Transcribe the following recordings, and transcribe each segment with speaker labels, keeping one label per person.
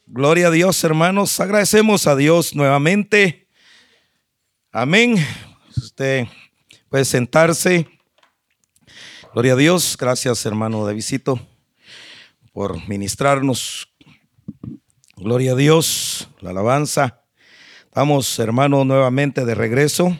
Speaker 1: Gloria a Dios, hermanos. Agradecemos a Dios nuevamente. Amén. Usted puede sentarse. Gloria a Dios. Gracias, hermano Davidcito, por ministrarnos. Gloria a Dios. La alabanza. Estamos, hermano, nuevamente de regreso.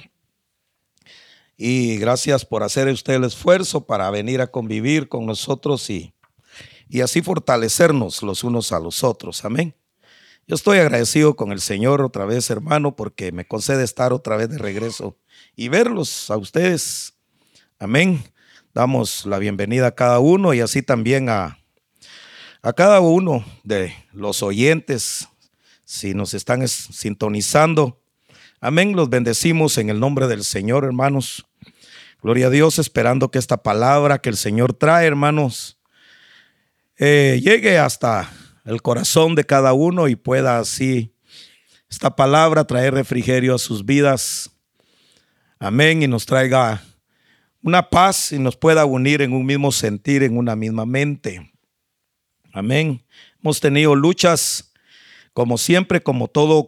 Speaker 1: Y gracias por hacer usted el esfuerzo para venir a convivir con nosotros y así fortalecernos los unos a los otros. Amén. Yo estoy agradecido con el Señor otra vez, hermano, porque me concede estar otra vez de regreso y verlos a ustedes. Amén. Damos la bienvenida a cada uno y así también a cada uno de los oyentes, si nos están sintonizando. Amén. Los bendecimos en el nombre del Señor, hermanos. Gloria a Dios, esperando que esta palabra que el Señor trae, hermanos, llegue hasta el corazón de cada uno y pueda así esta palabra traer refrigerio a sus vidas. Amén. Y nos traiga una paz y nos pueda unir en un mismo sentir, en una misma mente. Amén. Hemos tenido luchas, como siempre, como todo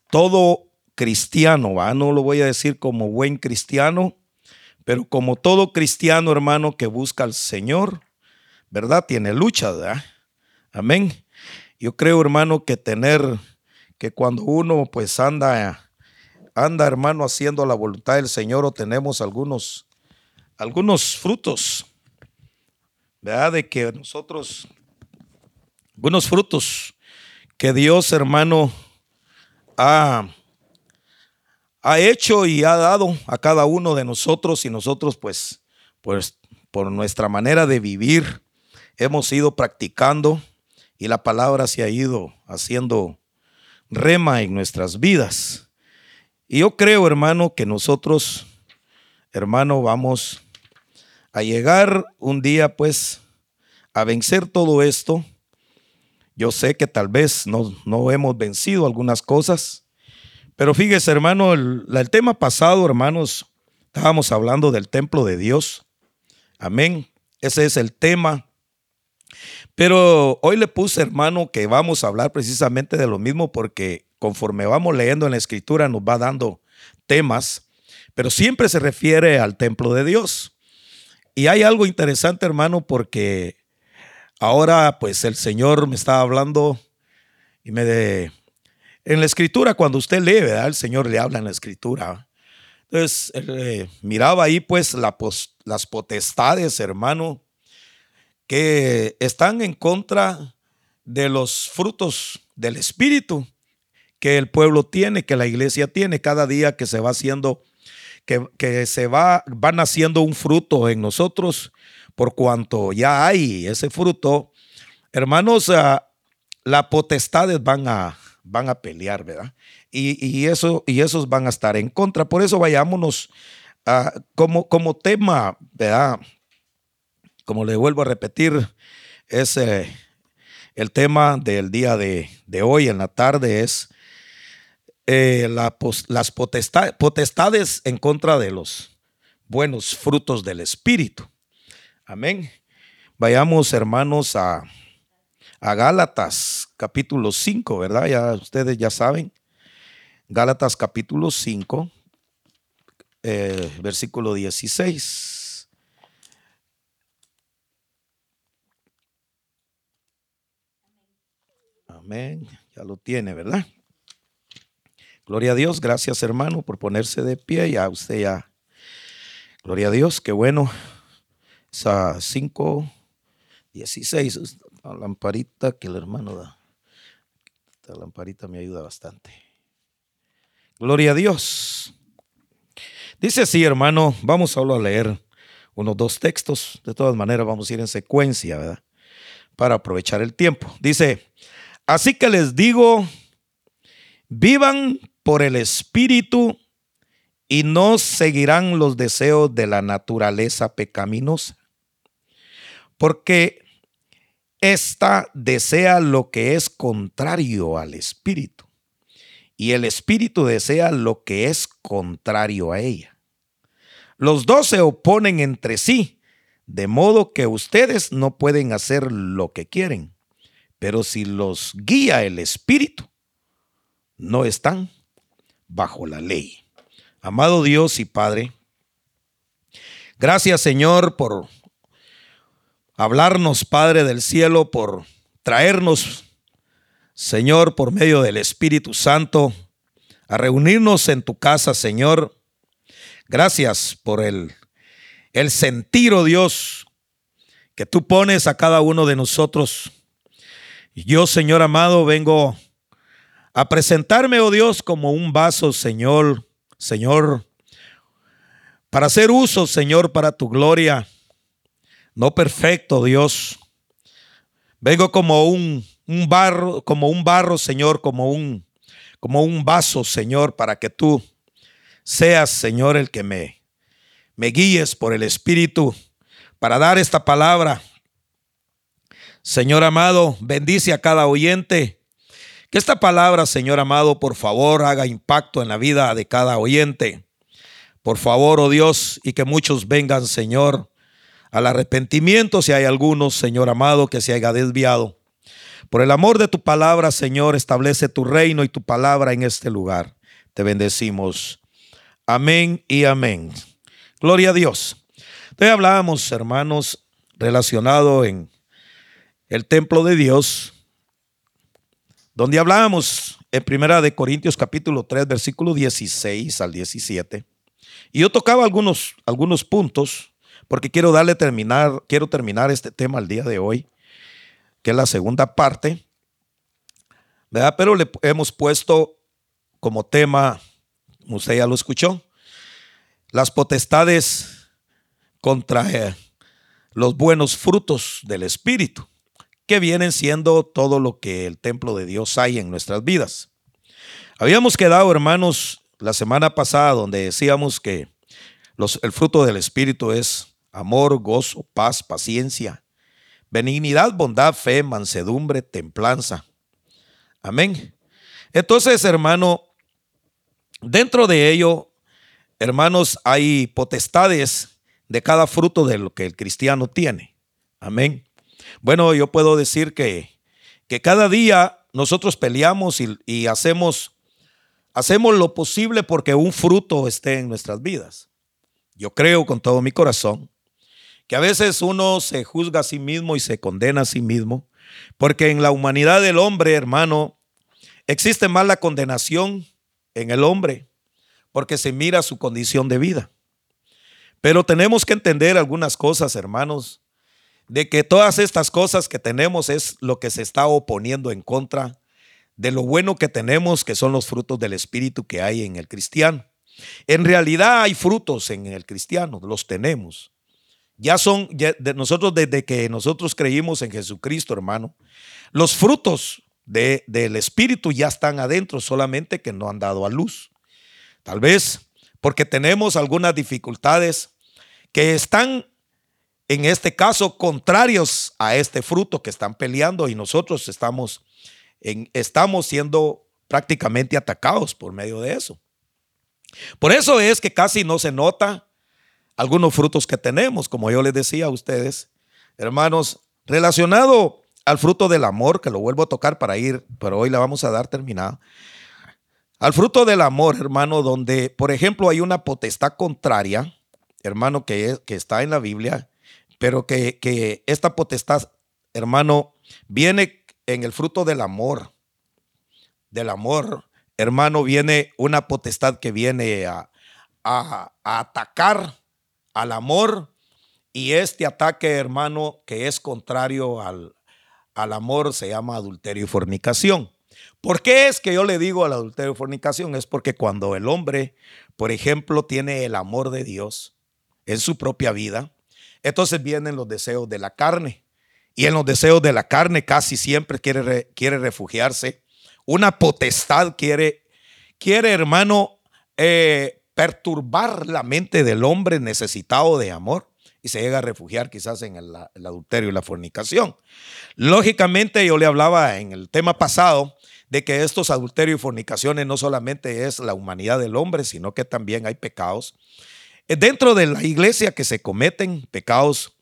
Speaker 1: cristiano, ¿va? No lo voy a decir como buen cristiano, pero como todo cristiano, hermano, que busca al Señor, ¿verdad? Tiene luchas, ¿verdad? Amén. Yo creo, hermano, que cuando uno pues anda, hermano, haciendo la voluntad del Señor, o tenemos algunos frutos, ¿verdad? De que nosotros, algunos frutos que Dios, hermano, ha hecho y ha dado a cada uno de nosotros, y nosotros pues por nuestra manera de vivir hemos ido practicando y la palabra se ha ido haciendo rema en nuestras vidas. Y yo creo, hermano, que nosotros, hermano, vamos a llegar un día pues a vencer todo esto. Yo sé que tal vez no hemos vencido algunas cosas, pero fíjese, hermano, el tema pasado, hermanos, estábamos hablando del templo de Dios. Amén. Ese es el tema. Pero hoy le puse, hermano, que vamos a hablar precisamente de lo mismo, porque conforme vamos leyendo en la Escritura nos va dando temas, pero siempre se refiere al templo de Dios. Y hay algo interesante, hermano, porque ahora pues el Señor me estaba hablando y en la Escritura, cuando usted lee, ¿verdad? El Señor le habla en la Escritura. Entonces miraba ahí pues las potestades, hermano, que están en contra de los frutos del Espíritu que el pueblo tiene, que la iglesia tiene. Cada día que se va haciendo, que se va naciendo un fruto en nosotros, por cuanto ya hay ese fruto, hermanos, las potestades van a pelear, ¿verdad? Y esos van a estar en contra. Por eso vayámonos como tema, ¿verdad? Como le vuelvo a repetir, es el tema del día de hoy en la tarde es las potestades en contra de los buenos frutos del Espíritu. Amén. Vayamos, hermanos, a Gálatas capítulo 5, ¿verdad? Ya ustedes ya saben. Gálatas capítulo 5, versículo 16. Amén. Ya lo tiene, ¿verdad? Gloria a Dios. Gracias, hermano, por ponerse de pie. Ya usted ya. Gloria a Dios. Qué bueno. Esa 5:16. La lamparita que el hermano da. Esta lamparita me ayuda bastante. Gloria a Dios. Dice así, hermano. Vamos solo a leer unos 2 textos. De todas maneras, vamos a ir en secuencia, ¿verdad? Para aprovechar el tiempo. Dice: así que les digo, vivan por el Espíritu y no seguirán los deseos de la naturaleza pecaminosa, porque ésta desea lo que es contrario al Espíritu, y el Espíritu desea lo que es contrario a ella. Los dos se oponen entre sí, de modo que ustedes no pueden hacer lo que quieren. pero si los guía el Espíritu, no están bajo la ley. Amado Dios y Padre, gracias, Señor, por hablarnos, Padre del cielo, por traernos, Señor, por medio del Espíritu Santo, a reunirnos en tu casa, Señor. Gracias por el sentir, oh Dios, que tú pones a cada uno de nosotros. Y yo, Señor amado, vengo a presentarme, oh Dios, como un vaso, Señor, para hacer uso, Señor, para tu gloria. No perfecto, Dios. Vengo como un barro, Señor, como un vaso, Señor, para que tú seas, Señor, el que me guíes por el Espíritu para dar esta palabra. Señor amado, bendice a cada oyente. Que esta palabra, Señor amado, por favor, haga impacto en la vida de cada oyente. Por favor, oh Dios, y que muchos vengan, Señor, al arrepentimiento, si hay algunos, Señor amado, que se haya desviado. Por el amor de tu palabra, Señor, establece tu reino y tu palabra en este lugar. Te bendecimos. Amén y amén. Gloria a Dios. Hoy hablábamos, hermanos, relacionado en el templo de Dios, donde hablábamos en 1 Corintios capítulo 3, versículo 16 al 17. Y yo tocaba algunos puntos, porque quiero terminar este tema el día de hoy, que es la segunda parte, ¿verdad? Pero le hemos puesto como tema, usted ya lo escuchó, las potestades contra los buenos frutos del Espíritu, que vienen siendo todo lo que el templo de Dios hay en nuestras vidas. Habíamos quedado, hermanos, la semana pasada, donde decíamos que el fruto del Espíritu es amor, gozo, paz, paciencia, benignidad, bondad, fe, mansedumbre, templanza. Amén. Entonces, hermano, dentro de ello, hermanos, hay potestades de cada fruto de lo que el cristiano tiene. Amén. Bueno, yo puedo decir que cada día nosotros peleamos y hacemos lo posible porque un fruto esté en nuestras vidas. Yo creo con todo mi corazón que a veces uno se juzga a sí mismo y se condena a sí mismo, porque en la humanidad del hombre, hermano, existe más la condenación en el hombre, porque se mira su condición de vida. Pero tenemos que entender algunas cosas, hermanos, de que todas estas cosas que tenemos es lo que se está oponiendo en contra de lo bueno que tenemos, que son los frutos del Espíritu que hay en el cristiano. En realidad hay frutos en el cristiano, los tenemos. Nosotros, desde que nosotros creímos en Jesucristo, hermano, los frutos del Espíritu ya están adentro, solamente que no han dado a luz. Tal vez porque tenemos algunas dificultades que están, en este caso, contrarios a este fruto, que están peleando, y nosotros estamos siendo prácticamente atacados por medio de eso. Por eso es que casi no se nota algunos frutos que tenemos, como yo les decía a ustedes, hermanos, relacionado al fruto del amor, que lo vuelvo a tocar pero hoy la vamos a dar terminada. Al fruto del amor, hermano, donde, por ejemplo, hay una potestad contraria, hermano, que está en la Biblia, pero que esta potestad, hermano, viene en el fruto del amor. Del amor, hermano, viene una potestad que viene a atacar al amor, y este ataque, hermano, que es contrario al amor, se llama adulterio y fornicación. ¿Por qué es que yo le digo al adulterio y fornicación? Es porque cuando el hombre, por ejemplo, tiene el amor de Dios en su propia vida, entonces vienen los deseos de la carne, y en los deseos de la carne casi siempre quiere refugiarse. Una potestad quiere, hermano, perturbar la mente del hombre necesitado de amor, y se llega a refugiar quizás en el adulterio y la fornicación. Lógicamente, yo le hablaba en el tema pasado de que estos adulterios y fornicaciones no solamente es la humanidad del hombre, sino que también hay pecados dentro de la iglesia que se cometen, pecados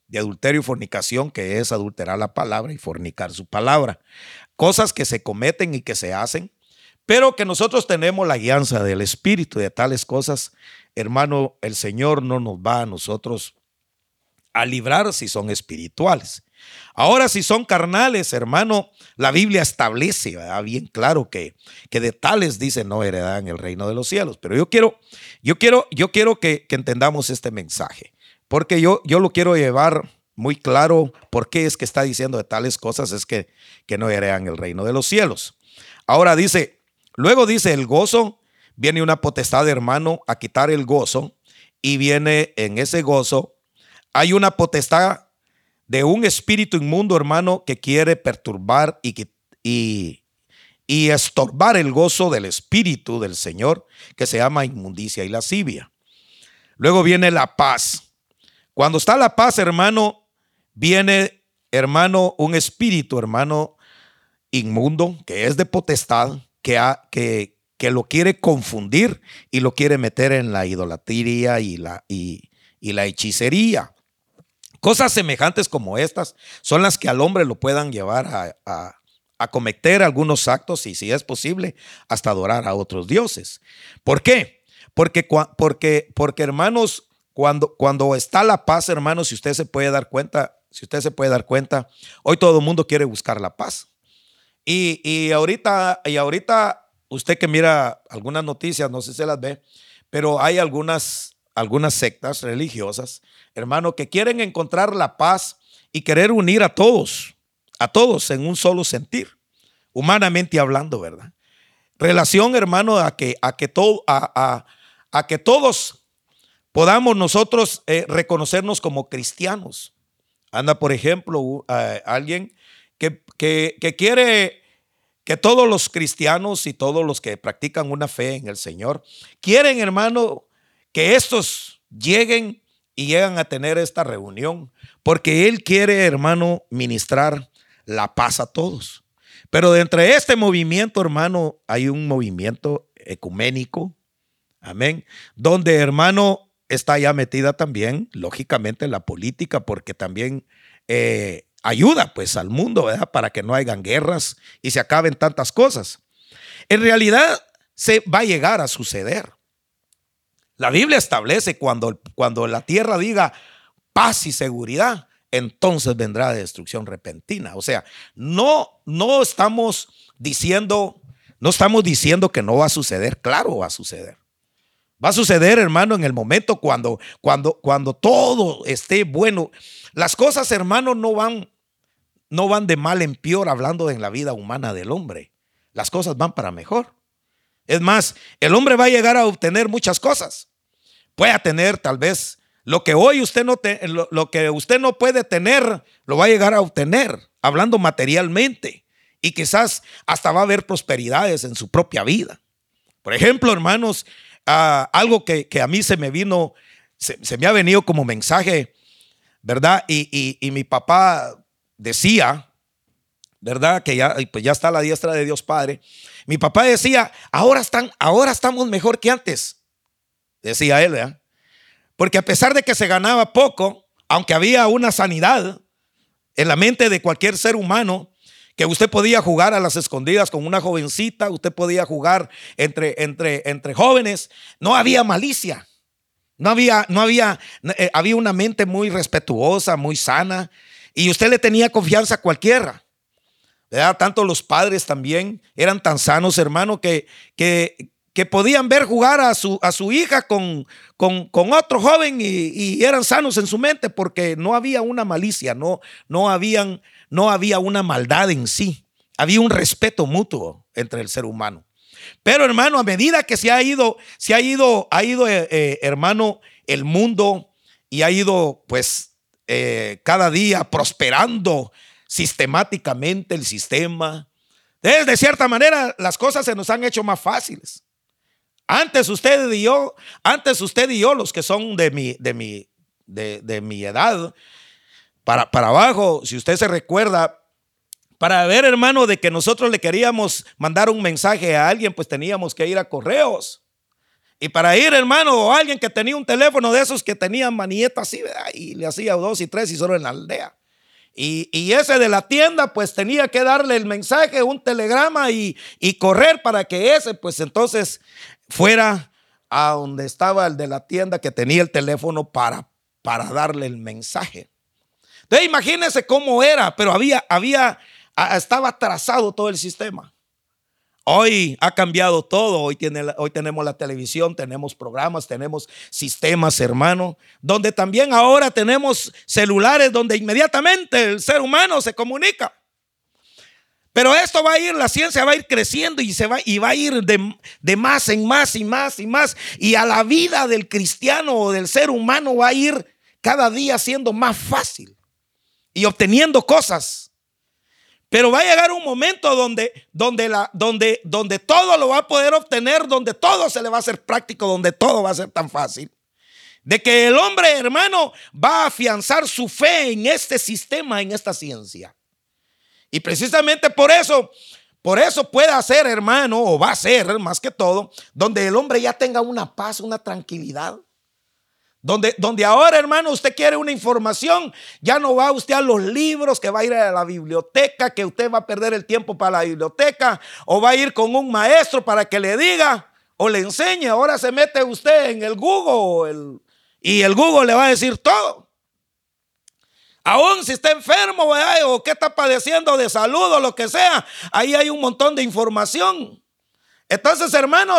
Speaker 1: de adulterio y fornicación, que es adulterar la palabra y fornicar su palabra. Cosas que se cometen y que se hacen, pero que nosotros tenemos la guianza del Espíritu de tales cosas. Hermano, el Señor no nos va a nosotros a librar si son espirituales. Ahora, si son carnales, hermano, la Biblia establece, ¿verdad?, bien claro que de tales dice no heredarán el reino de los cielos. Pero yo quiero que entendamos este mensaje, porque yo lo quiero llevar muy claro. ¿Por qué es que está diciendo de tales cosas? Es que no heredan el reino de los cielos. Ahora luego dice el gozo, viene una potestad, hermano, a quitar el gozo, y viene en ese gozo, hay una potestad de un espíritu inmundo, hermano, que quiere perturbar y estorbar el gozo del Espíritu del Señor, que se llama inmundicia y lascivia. Luego viene la paz. Cuando está la paz, hermano, viene, hermano, un espíritu, hermano, inmundo, que es de potestad, que lo quiere confundir y lo quiere meter en la idolatría y la hechicería. Cosas semejantes como estas son las que al hombre lo puedan llevar a cometer algunos actos, y si es posible, hasta adorar a otros dioses. ¿Por qué? Porque hermanos, cuando está la paz, hermanos, si usted se puede dar cuenta, hoy todo el mundo quiere buscar la paz. Y ahorita usted que mira algunas noticias, no sé si se las ve, pero hay algunas sectas religiosas, hermano, que quieren encontrar la paz y querer unir a todos en un solo sentir, humanamente hablando, ¿verdad? Relación, hermano, a que todos podamos nosotros reconocernos como cristianos. Anda, por ejemplo, alguien que quiere que todos los cristianos y todos los que practican una fe en el Señor quieren, hermano, que estos llegan a tener esta reunión, porque Él quiere, hermano, ministrar la paz a todos. Pero de entre este movimiento, hermano, hay un movimiento ecuménico, amén, donde, hermano, está ya metida también, lógicamente, la política, porque también ayuda pues al mundo, ¿verdad?, para que no hayan guerras y se acaben tantas cosas. En realidad se va a llegar a suceder. La Biblia establece cuando la tierra diga paz y seguridad, entonces vendrá destrucción repentina. O sea, no estamos diciendo que no va a suceder. Claro, va a suceder. Va a suceder, hermano, en el momento cuando todo esté bueno. Las cosas, hermano, no van de mal en peor, hablando en la vida humana del hombre. Las cosas van para mejor. Es más, el hombre va a llegar a obtener muchas cosas. Puede tener tal vez lo que hoy lo que usted no puede tener, lo va a llegar a obtener, hablando materialmente. Y quizás hasta va a haber prosperidades en su propia vida. Por ejemplo, hermanos, algo que a mí se me ha venido como mensaje, ¿verdad? Y mi papá decía, ¿verdad?, que ya está a la diestra de Dios Padre. Mi papá decía, ahora estamos mejor que antes, decía él, ¿verdad? Porque a pesar de que se ganaba poco, aunque había una sanidad en la mente de cualquier ser humano, que usted podía jugar a las escondidas con una jovencita, usted podía jugar entre jóvenes, no había malicia, había una mente muy respetuosa, muy sana, y usted le tenía confianza a cualquiera, ¿verdad? Tanto los padres también eran tan sanos, hermano, que podían ver jugar a su hija con otro joven y eran sanos en su mente, porque no había una malicia, no había una maldad en sí. Había un respeto mutuo entre el ser humano. Pero, hermano, a medida que se ha ido, hermano, el mundo, y ha ido, pues, cada día prosperando sistemáticamente el sistema, de cierta manera las cosas se nos han hecho más fáciles. Antes usted y yo, los que son de mi edad para abajo, si usted se recuerda, para ver, hermano, de que nosotros le queríamos mandar un mensaje a alguien, pues teníamos que ir a correos. Y para ir, hermano, o alguien que tenía un teléfono de esos que tenían manilleta así, ¿verdad? Y le hacía 2 y 3 y solo en la aldea. Y ese de la tienda pues tenía que darle el mensaje, un telegrama y correr para que ese pues entonces fuera a donde estaba el de la tienda que tenía el teléfono para darle el mensaje. Entonces imagínense cómo era, pero estaba trazado todo el sistema. Hoy ha cambiado todo. Hoy tenemos la televisión, tenemos programas, tenemos sistemas, hermano, donde también ahora tenemos celulares donde inmediatamente el ser humano se comunica. Pero esto va a ir, la ciencia va a ir creciendo y va a ir de más en más y más y más. Y a la vida del cristiano o del ser humano va a ir cada día siendo más fácil y obteniendo cosas. Pero va a llegar un momento donde todo lo va a poder obtener, donde todo se le va a hacer práctico, donde todo va a ser tan fácil. De que el hombre, hermano, va a afianzar su fe en este sistema, en esta ciencia. Y precisamente por eso puede hacer, hermano, o va a ser más que todo, donde el hombre ya tenga una paz, una tranquilidad. Donde ahora, hermano, usted quiere una información, ya no va usted a los libros, que va a ir a la biblioteca, que usted va a perder el tiempo para la biblioteca, o va a ir con un maestro para que le diga o le enseñe. Ahora se mete usted en el Google y el Google le va a decir todo. Aún si está enfermo, ¿verdad? O qué está padeciendo de salud o lo que sea, ahí hay un montón de información. Entonces, hermano,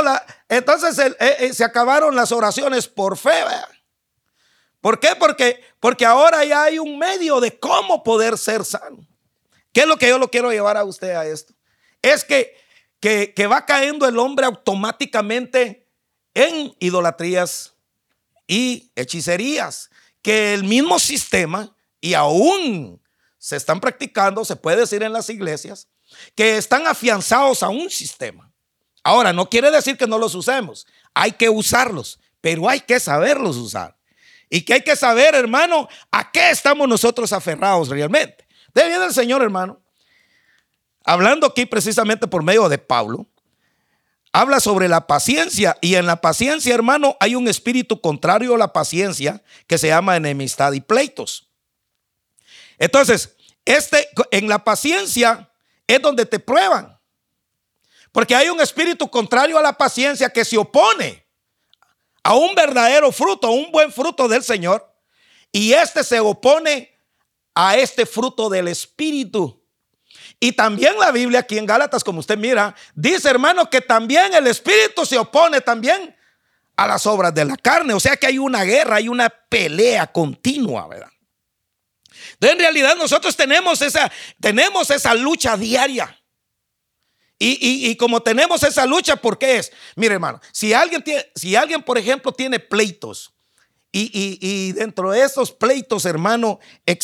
Speaker 1: se acabaron las oraciones por fe, ¿verdad? ¿Por qué? Porque ahora ya hay un medio de cómo poder ser sano. ¿Qué es lo que yo lo quiero llevar a usted a esto? Es que va cayendo el hombre automáticamente en idolatrías y hechicerías, que el mismo sistema, y aún se están practicando, se puede decir en las iglesias, que están afianzados a un sistema. Ahora, no quiere decir que no los usemos, hay que usarlos, pero hay que saberlos usar. Y que hay que saber, hermano, a qué estamos nosotros aferrados realmente. De bien el Señor, hermano, hablando aquí precisamente por medio de Pablo, habla sobre la paciencia. Y en la paciencia, hermano, hay un espíritu contrario a la paciencia que se llama enemistad y pleitos. Entonces, en la paciencia es donde te prueban. Porque hay un espíritu contrario a la paciencia que se opone a un verdadero fruto, a un buen fruto del Señor. Y se opone a este fruto del Espíritu. Y también la Biblia aquí en Gálatas, como usted mira, dice, hermano, que también el Espíritu se opone también a las obras de la carne. O sea que hay una guerra, hay una pelea continua, ¿verdad? Entonces, en realidad nosotros tenemos esa lucha diaria. Y como tenemos esa lucha, ¿por qué es? Mire, hermano, si alguien, por ejemplo, tiene pleitos y dentro de esos pleitos, hermano,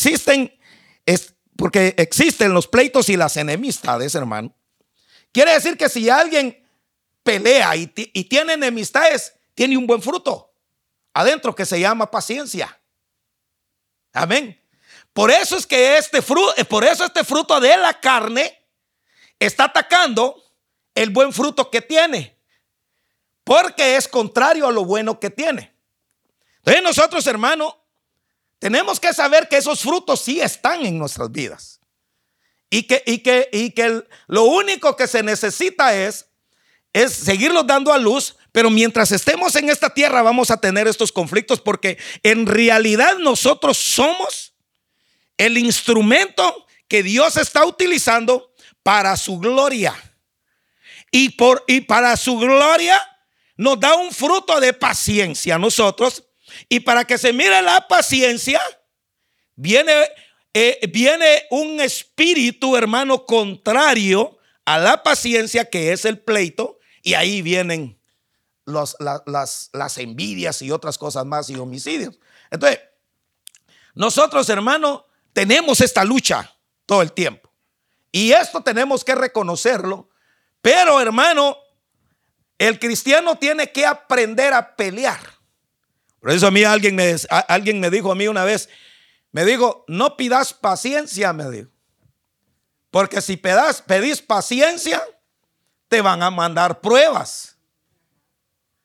Speaker 1: porque existen los pleitos y las enemistades, hermano. Quiere decir que si alguien pelea y tiene enemistades, tiene un buen fruto adentro que se llama paciencia. Amén. Por eso es que este fruto de la carne está atacando el buen fruto que tiene, porque es contrario a lo bueno que tiene. Entonces nosotros, hermano, tenemos que saber que esos frutos sí están en nuestras vidas y que lo único que se necesita es seguirlos dando a luz. Pero mientras estemos en esta tierra vamos a tener estos conflictos, porque en realidad nosotros somos el instrumento que Dios está utilizando para su gloria. Y para su gloria nos da un fruto de paciencia a nosotros. Y para que se mire la paciencia, viene un espíritu, hermano, contrario a la paciencia, que es el pleito. Y ahí vienen las envidias y otras cosas más, y homicidios. Entonces, nosotros, hermano, tenemos esta lucha todo el tiempo. Y esto tenemos que reconocerlo. Pero, hermano, el cristiano tiene que aprender a pelear. Por eso a mí alguien me dijo a mí una vez, me dijo, no pidas paciencia, me dijo. Porque si pedís paciencia, te van a mandar pruebas.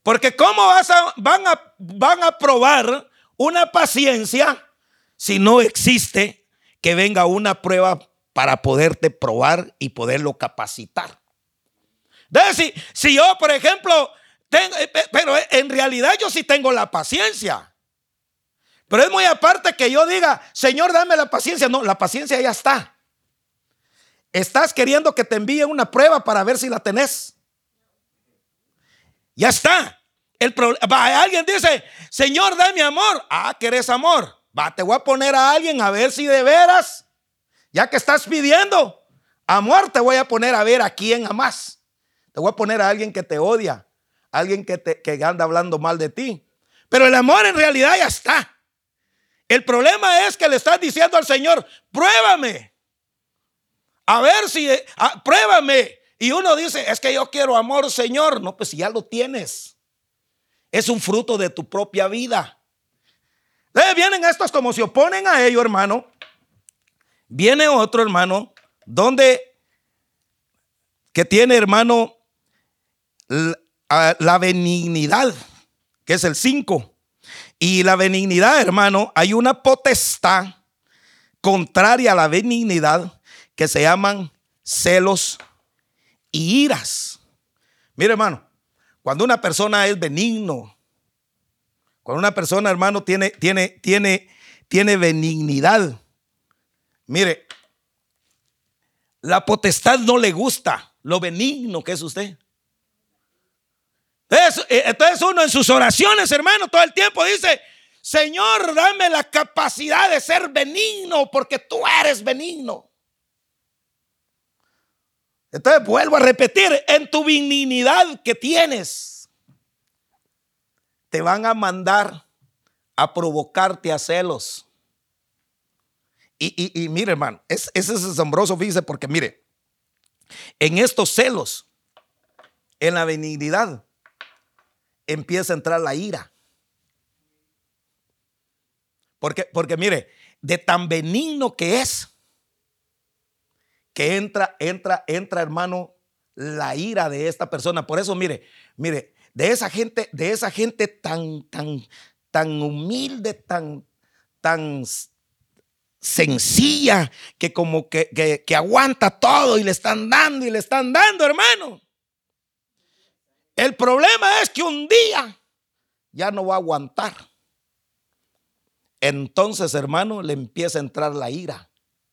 Speaker 1: Porque ¿cómo van a probar una paciencia si no existe que venga una prueba para poderte probar y poderlo capacitar? Entonces, si yo, por ejemplo, pero en realidad yo sí tengo la paciencia. Pero es muy aparte que yo diga, Señor, dame la paciencia. No, la paciencia ya está. Estás queriendo que te envíe una prueba para ver si la tenés. Ya está. Alguien dice, Señor, dame amor. Ah, ¿querés amor? Te voy a poner a alguien a ver si de veras, ya que estás pidiendo amor, te voy a poner a ver a quién amas. Te voy a poner a alguien que te odia, alguien que anda hablando mal de ti. Pero el amor en realidad ya está. El problema es que le estás diciendo al Señor, pruébame. A ver si, pruébame. Y uno dice, es que yo quiero amor, Señor. No, pues si ya lo tienes. Es un fruto de tu propia vida. Vienen estos como se oponen a ello, hermano. Viene otro, hermano, que tiene, hermano, la benignidad, que es el 5. Y la benignidad, hermano, hay una potestad contraria a la benignidad que se llaman celos y iras. Mire, hermano, cuando una persona es benigno, cuando una persona, hermano, tiene benignidad, mire, la potestad no le gusta lo benigno que es usted. Entonces uno en sus oraciones, hermano, todo el tiempo dice, Señor, dame la capacidad de ser benigno porque tú eres benigno. Entonces vuelvo a repetir, en tu benignidad que tienes, te van a mandar a provocarte a celos. Y mire, hermano, ese es asombroso, fíjese, porque mire, en estos celos, en la benignidad, empieza a entrar la ira. Porque mire, de tan benigno que es, que entra, hermano, la ira de esta persona. Por eso, mire, de esa gente tan humilde, tan sencilla, que como que aguanta todo y le están dando, hermano. El problema es que un día ya no va a aguantar. Entonces, hermano, le empieza a entrar la ira.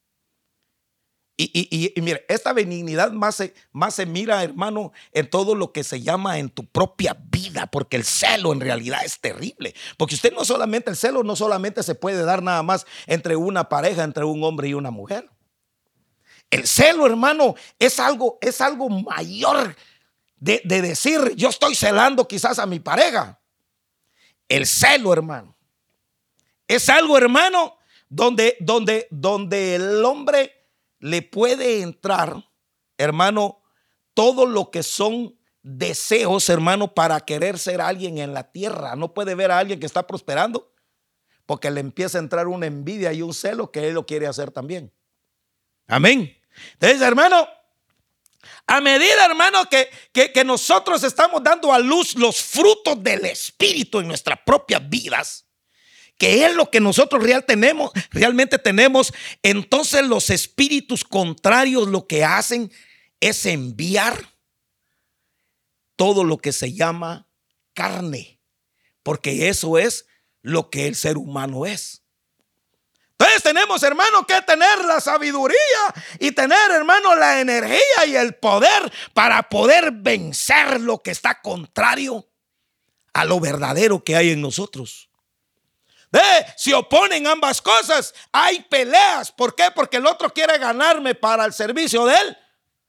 Speaker 1: Y mire, esta benignidad más se mira, hermano, en todo lo que se llama en tu propia vida, porque el celo en realidad es terrible. Porque el celo no solamente se puede dar nada más entre una pareja, entre un hombre y una mujer. El celo, hermano, es algo mayor de decir, yo estoy celando quizás a mi pareja. El celo, hermano, es algo, hermano, donde el hombre le puede entrar, hermano, todo lo que son deseos, hermano, para querer ser alguien en la tierra. No puede ver a alguien que está prosperando porque le empieza a entrar una envidia y un celo que él lo quiere hacer también. Amén. Entonces, hermano, a medida, hermano, que nosotros estamos dando a luz los frutos del Espíritu en nuestras propias vidas, que es lo que nosotros realmente tenemos, entonces los espíritus contrarios lo que hacen es enviar todo lo que se llama carne, porque eso es lo que el ser humano es. Entonces tenemos, hermano, que tener la sabiduría y tener, hermano, la energía y el poder para poder vencer lo que está contrario a lo verdadero que hay en nosotros. Se oponen ambas cosas, hay peleas. ¿Por qué? Porque el otro quiere ganarme para el servicio de él.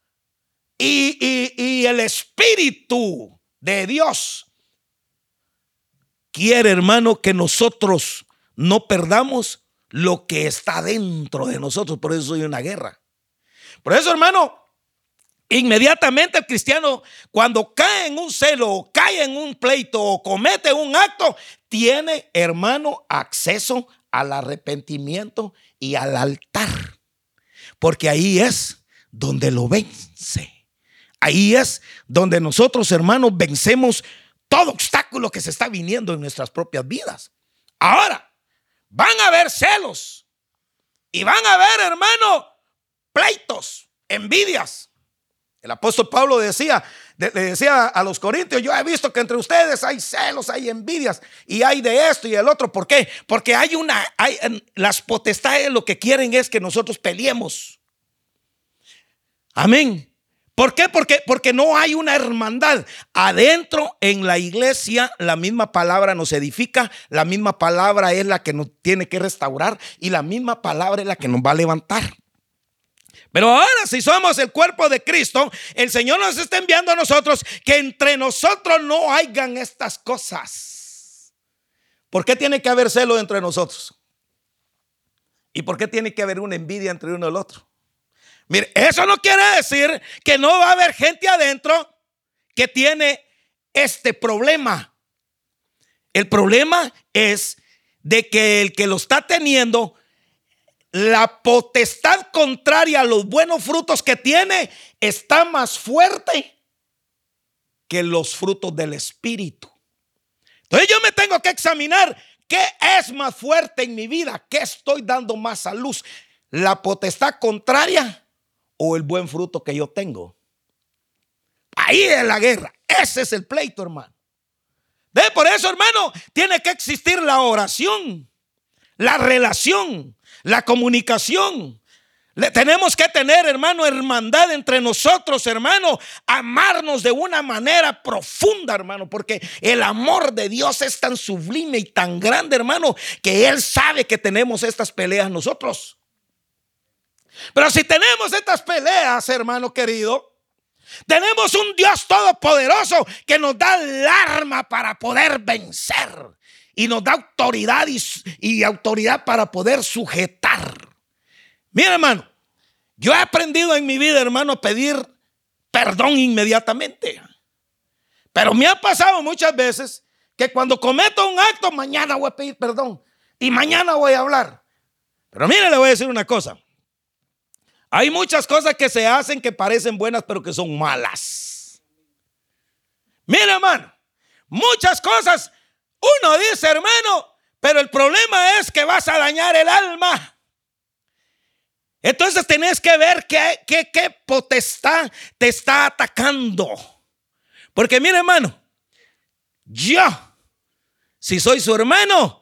Speaker 1: Y el Espíritu de Dios quiere, hermano, que nosotros no perdamos lo que está dentro de nosotros. Por eso hay una guerra. Por eso, hermano, inmediatamente el cristiano, cuando cae en un celo, o cae en un pleito, o comete un acto, tiene, hermano, acceso al arrepentimiento y al altar. Porque ahí es donde lo vence. Ahí es donde nosotros, hermanos, vencemos todo obstáculo que se está viniendo en nuestras propias vidas. Ahora, van a haber celos y van a haber, hermano, pleitos, envidias. El apóstol Pablo le decía a los corintios: yo he visto que entre ustedes hay celos, hay envidias y hay de esto y del otro. ¿Por qué? Porque las potestades lo que quieren es que nosotros peleemos. Amén. ¿Por qué? Porque no hay una hermandad. Adentro en la iglesia la misma palabra nos edifica, la misma palabra es la que nos tiene que restaurar y la misma palabra es la que nos va a levantar. Pero ahora, si somos el cuerpo de Cristo, el Señor nos está enviando a nosotros que entre nosotros no hayan estas cosas. ¿Por qué tiene que haber celo entre nosotros? ¿Y por qué tiene que haber una envidia entre uno y el otro? Mire, eso no quiere decir que no va a haber gente adentro que tiene este problema. El problema es de que el que lo está teniendo, la potestad contraria a los buenos frutos que tiene está más fuerte que los frutos del Espíritu. Entonces yo me tengo que examinar qué es más fuerte en mi vida, qué estoy dando más a luz, la potestad contraria o el buen fruto que yo tengo. Ahí es la guerra, ese es el pleito, hermano. Por eso, hermano, tiene que existir la oración, la relación, la comunicación. Tenemos que tener, hermano, hermandad entre nosotros, hermano, amarnos de una manera profunda, hermano, porque el amor de Dios es tan sublime y tan grande, hermano, que Él sabe que tenemos estas peleas nosotros. Pero si tenemos estas peleas, hermano querido, tenemos un Dios todopoderoso que nos da el arma para poder vencer y nos da autoridad y autoridad para poder sujetar. Mira, hermano, yo he aprendido en mi vida, hermano, a pedir perdón inmediatamente. Pero me ha pasado muchas veces que cuando cometo un acto, mañana voy a pedir perdón y mañana voy a hablar. Pero mire, le voy a decir una cosa. Hay muchas cosas que se hacen que parecen buenas, pero que son malas. Mira, hermano, muchas cosas uno dice, hermano, pero el problema es que vas a dañar el alma. Entonces tenés que ver qué potestad te está atacando. Porque mira, hermano, yo, si soy su hermano,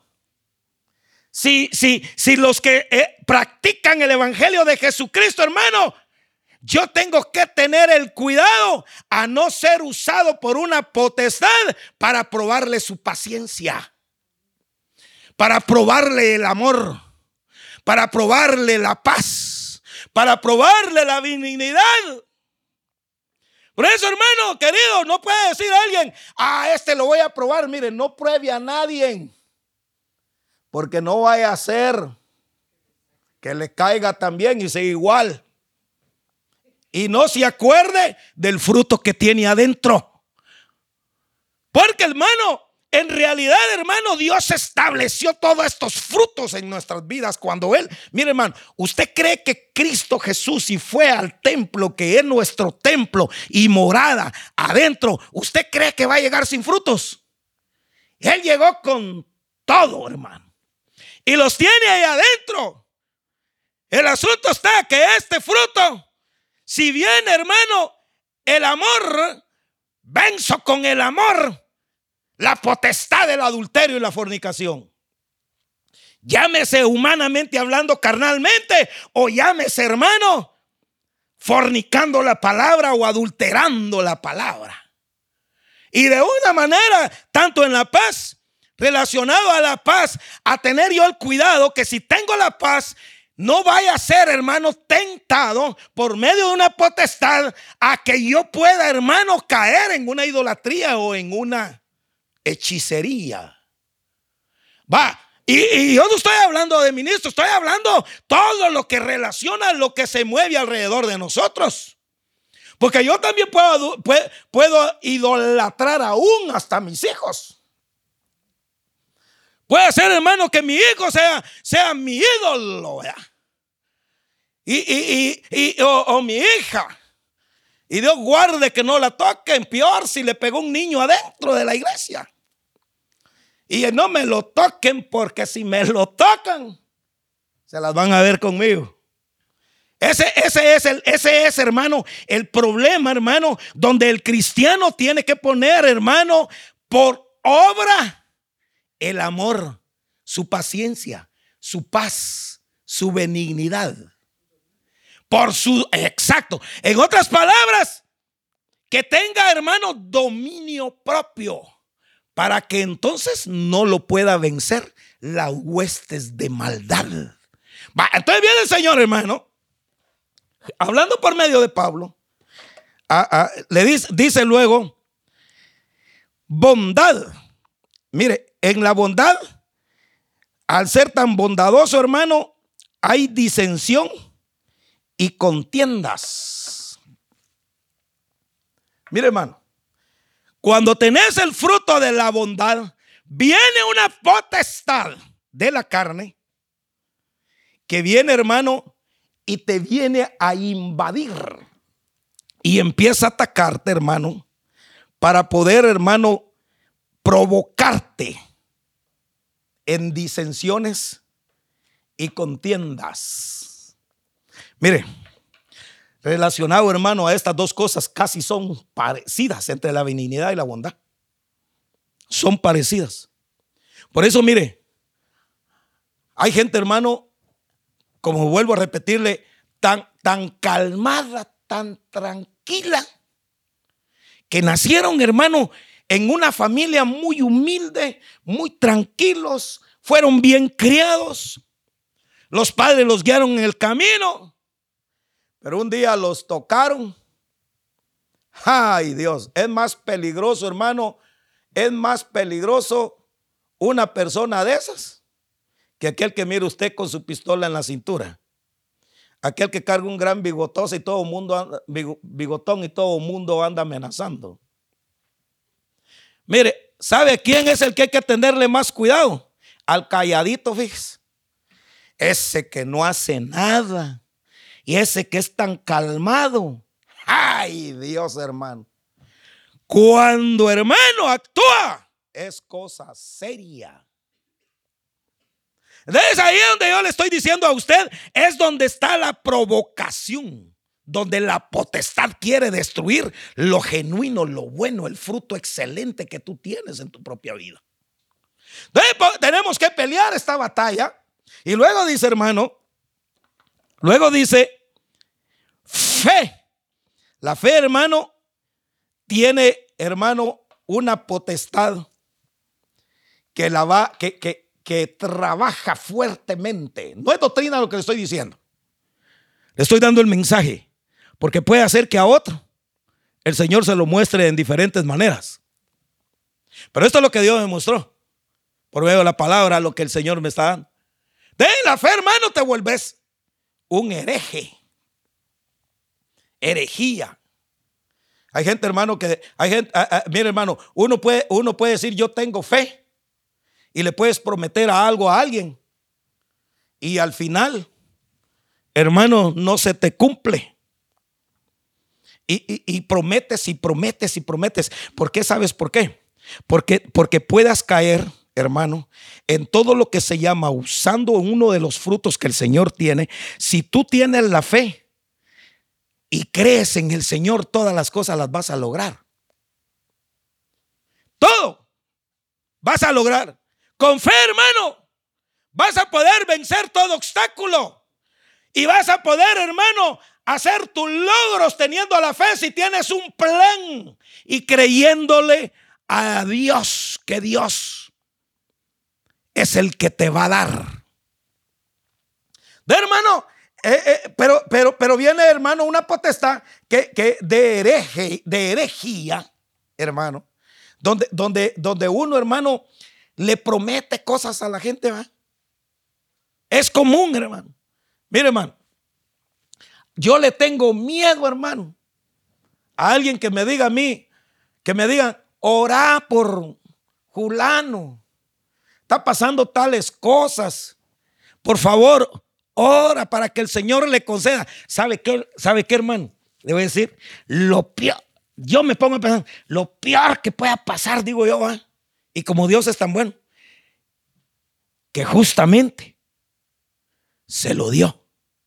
Speaker 1: si los que practican el evangelio de Jesucristo, hermano, yo tengo que tener el cuidado a no ser usado por una potestad para probarle su paciencia, para probarle el amor, para probarle la paz, para probarle la benignidad. Por eso, hermano querido, no puede decir a alguien: este lo voy a probar. Mire, no pruebe a nadie, porque no vaya a ser que le caiga también y sea igual y no se acuerde del fruto que tiene adentro. Porque, hermano, en realidad, hermano, Dios estableció todos estos frutos en nuestras vidas cuando Él, mire, hermano, ¿usted cree que Cristo Jesús, si fue al templo, que es nuestro templo y morada adentro, usted cree que va a llegar sin frutos? Él llegó con todo, hermano, y los tiene ahí adentro. El asunto está que este fruto, si bien, hermano, el amor, venzo con el amor la potestad del adulterio y la fornicación. Llámese humanamente hablando, carnalmente, o llámese, hermano, fornicando la palabra o adulterando la palabra. Y de una manera, tanto en la paz, relacionado a la paz, a tener yo el cuidado que si tengo la paz, no vaya a ser, hermano, tentado por medio de una potestad a que yo pueda, hermano, caer en una idolatría o en una hechicería. Y yo no estoy hablando de ministros, estoy hablando todo lo que relaciona lo que se mueve alrededor de nosotros. Porque yo también puedo idolatrar aún hasta mis hijos. Puede ser, hermano, que mi hijo sea mi ídolo, ¿verdad? O mi hija. Y Dios guarde que no la toquen. Peor si le pegó un niño adentro de la iglesia. Y no me lo toquen, porque si me lo tocan, se las van a ver conmigo. Ese es, hermano, el problema, hermano, donde el cristiano tiene que poner, hermano, por obra el amor, su paciencia, su paz, su benignidad. Exacto. En otras palabras, que tenga, hermano, dominio propio, para que entonces no lo pueda vencer las huestes de maldad. Entonces viene el Señor, hermano, hablando por medio de Pablo, le dice luego, bondad. Mire, en la bondad, al ser tan bondadoso, hermano, hay disensión y contiendas. Mire, hermano, cuando tenés el fruto de la bondad, viene una potestad de la carne que viene, hermano, y te viene a invadir y empieza a atacarte, hermano, para poder, hermano, provocarte en disensiones y contiendas. Mire, relacionado, hermano, a estas dos cosas, casi son parecidas entre la benignidad y la bondad. Son parecidas. Por eso, mire, hay gente, hermano, como vuelvo a repetirle, tan calmada, tan tranquila, que nacieron, hermano, en una familia muy humilde, muy tranquilos, fueron bien criados, los padres los guiaron en el camino, pero un día los tocaron. Ay, Dios, es más peligroso, hermano, es más peligroso una persona de esas que aquel que mire usted con su pistola en la cintura. Aquel que carga un gran bigotón y todo el mundo bigotón y todo el mundo anda amenazando. Mire, ¿sabe quién es el que hay que tenerle más cuidado? Al calladito, fíjese. Ese que no hace nada y ese que es tan calmado. Ay, Dios, hermano. Cuando, hermano, actúa, es cosa seria. Entonces ahí es donde yo le estoy diciendo a usted, es donde está la provocación, donde la potestad quiere destruir lo genuino, lo bueno, el fruto excelente que tú tienes en tu propia vida. Entonces tenemos que pelear esta batalla. Y luego dice, hermano, luego dice fe. La fe, hermano, tiene, hermano, una potestad que trabaja fuertemente. No es doctrina lo que le estoy diciendo. Le estoy dando el mensaje, porque puede hacer que a otro el Señor se lo muestre en diferentes maneras. Pero esto es lo que Dios me mostró por medio de la palabra, lo que el Señor me está dando. De la fe, hermano, te vuelves un hereje. Herejía. Hay gente, hermano, mire, hermano, uno puede decir yo tengo fe y le puedes prometer algo a alguien y al final, hermano, no se te cumple. Y prometes y prometes y prometes. ¿Por qué? ¿Sabes por qué? Porque puedas caer, hermano, en todo lo que se llama usando uno de los frutos que el Señor tiene. Si tú tienes la fe y crees en el Señor, todas las cosas las vas a lograr. Todo vas a lograr. Con fe, hermano, vas a poder vencer todo obstáculo. Y vas a poder, hermano, hacer tus logros teniendo la fe si tienes un plan y creyéndole a Dios, que Dios es el que te va a dar. Hermano, pero viene, hermano, una potestad que de herejía, hermano, donde uno, hermano, le promete cosas a la gente, ¿va? Es común, hermano. Mire, hermano, yo le tengo miedo, hermano, a alguien que me diga a mí, que me diga, orá por fulano, está pasando tales cosas, por favor, ora para que el Señor le conceda. ¿Sabe qué, hermano? Le voy a decir, lo peor, yo me pongo a pensar, lo peor que pueda pasar, digo yo, y como Dios es tan bueno, que justamente se lo dio.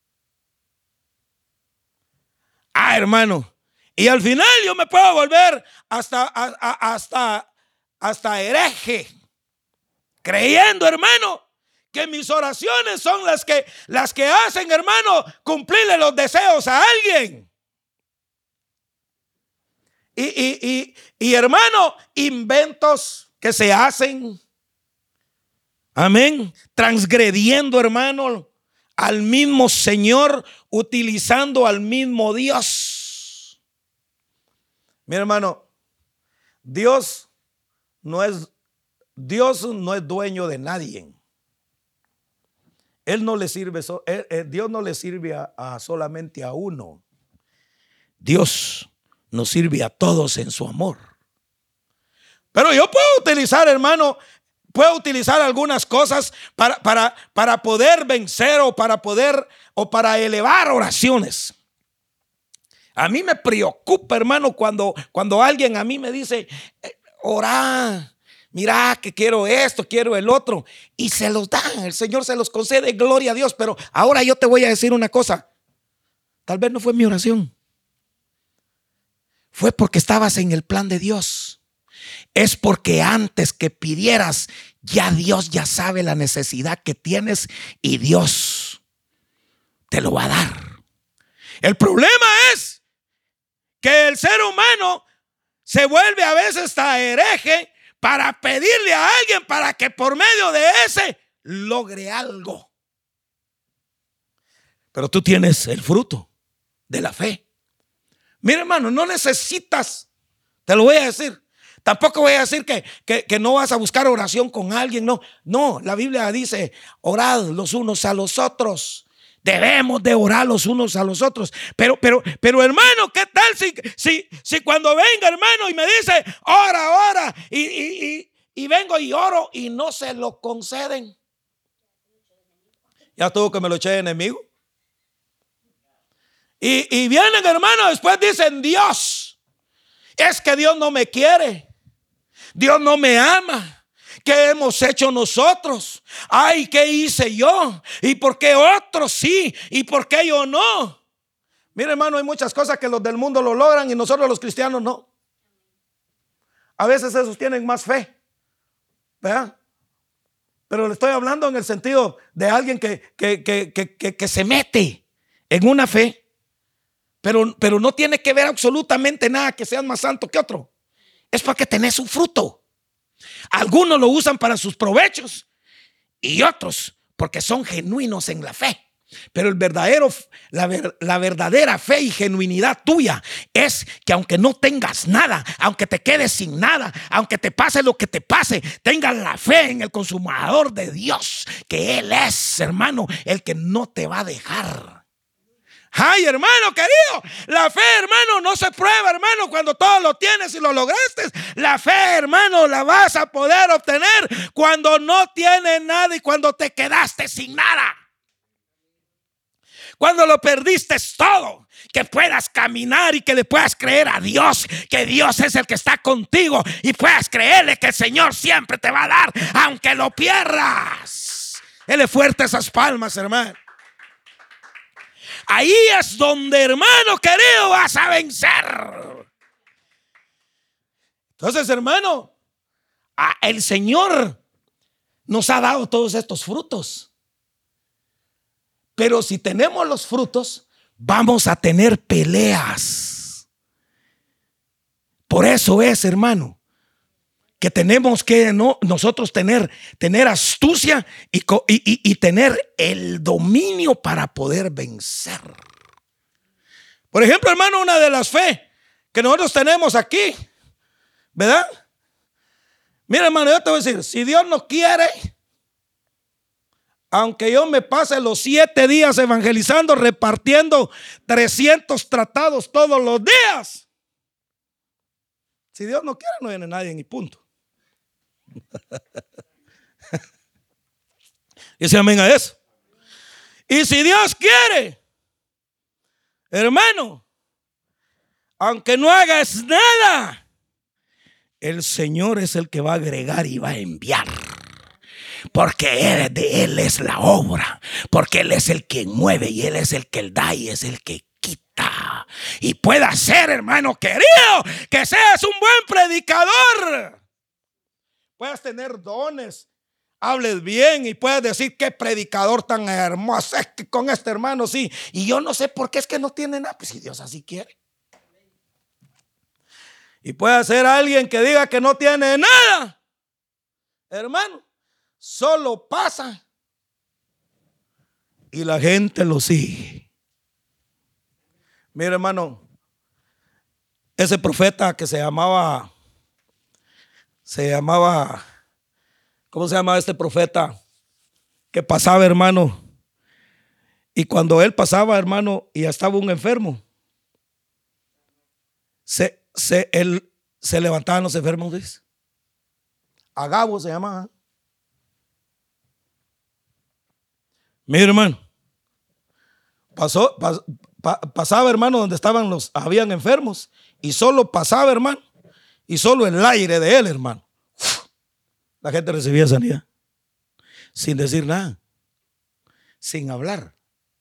Speaker 1: Hermano, y al final yo me puedo volver hasta hereje, creyendo, hermano, que mis oraciones son las que hacen, hermano, cumplirle los deseos a alguien. Y hermano, inventos que se hacen, amén, transgrediendo, hermano, al mismo Señor, utilizando al mismo Dios. Mi hermano, Dios no es dueño de nadie. Él no le sirve, Dios no le sirve solamente a uno. Dios nos sirve a todos en su amor. Pero yo puedo utilizar, hermano, algunas cosas para poder vencer o para elevar oraciones. A mí me preocupa, hermano, cuando alguien a mí me dice, orá, mira que quiero esto, quiero el otro, y se los da, el Señor se los concede, gloria a Dios. Pero ahora yo te voy a decir una cosa, tal vez no fue mi oración, fue porque estabas en el plan de Dios. Es porque antes que pidieras, ya Dios ya sabe la necesidad que tienes y Dios te lo va a dar. El problema es que el ser humano se vuelve a veces hasta hereje para pedirle a alguien para que por medio de ese logre algo. Pero tú tienes el fruto de la fe. Mira, hermano, no necesitas, te lo voy a decir. Tampoco voy a decir que no vas a buscar oración con alguien. No, la Biblia dice, orad los unos a los otros. Debemos de orar los unos a los otros. Pero hermano, ¿qué tal si cuando venga, hermano, y me dice, ora, y vengo y oro y no se lo conceden? Ya tuvo que me lo eché de enemigo. Y vienen, hermano, después dicen, Dios, es que Dios no me quiere, Dios no me ama. ¿Qué hemos hecho nosotros? Ay, ¿qué hice yo? ¿Y por qué otros sí? ¿Y por qué yo no? Mira, hermano, hay muchas cosas que los del mundo lo logran y nosotros los cristianos no. A veces esos tienen más fe, ¿verdad? Pero le estoy hablando en el sentido de alguien que se mete en una fe, pero no tiene que ver absolutamente nada que seas más santo que otro. Es porque tenés un fruto. Algunos lo usan para sus provechos y otros porque son genuinos en la fe. Pero la verdadera fe y genuinidad tuya es que aunque no tengas nada, aunque te quedes sin nada, aunque te pase lo que te pase, tengas la fe en el consumador de Dios, que Él es, hermano, el que no te va a dejar. Ay, hermano querido, la fe, hermano, no se prueba, hermano, cuando todo lo tienes y lo lograste. La fe, hermano, la vas a poder obtener cuando no tienes nada y cuando te quedaste sin nada. Cuando lo perdiste todo, que puedas caminar y que le puedas creer a Dios, que Dios es el que está contigo y puedas creerle que el Señor siempre te va a dar, aunque lo pierdas. Dele fuerte esas palmas, hermano. Ahí es donde, hermano querido, vas a vencer. Entonces, hermano, el Señor nos ha dado todos estos frutos. Pero si tenemos los frutos, vamos a tener peleas. Por eso es, hermano, que tenemos que nosotros tener astucia y tener el dominio para poder vencer. Por ejemplo, hermano, una de las fe que nosotros tenemos aquí, ¿verdad? Mira, hermano, yo te voy a decir, si Dios no quiere, aunque yo me pase los 7 días evangelizando, repartiendo 300 tratados todos los días, si Dios no quiere, no viene nadie ni punto. Dice amén a eso. Y si Dios quiere, hermano, aunque no hagas nada, el Señor es el que va a agregar y va a enviar. Porque de Él es la obra, porque Él es el que mueve y Él es el que da y es el que quita. Y pueda ser, hermano querido, que seas un buen predicador, puedas tener dones, hables bien y puedas decir qué predicador tan hermoso es que con este hermano sí. Y yo no sé por qué es que no tiene nada, pues si Dios así quiere. Y puede ser alguien que diga que no tiene nada, hermano, solo pasa y la gente lo sigue. Mira, hermano, ese profeta que se llamaba, ¿cómo se llama este profeta? Que pasaba, hermano, y cuando él pasaba, hermano, y estaba un enfermo, él se levantaban los enfermos, ¿ves? Agabo se llamaba. Mira, hermano, pasaba, hermano, donde habían enfermos, y solo pasaba, hermano, y solo el aire de él, hermano, la gente recibía sanidad, sin decir nada, sin hablar.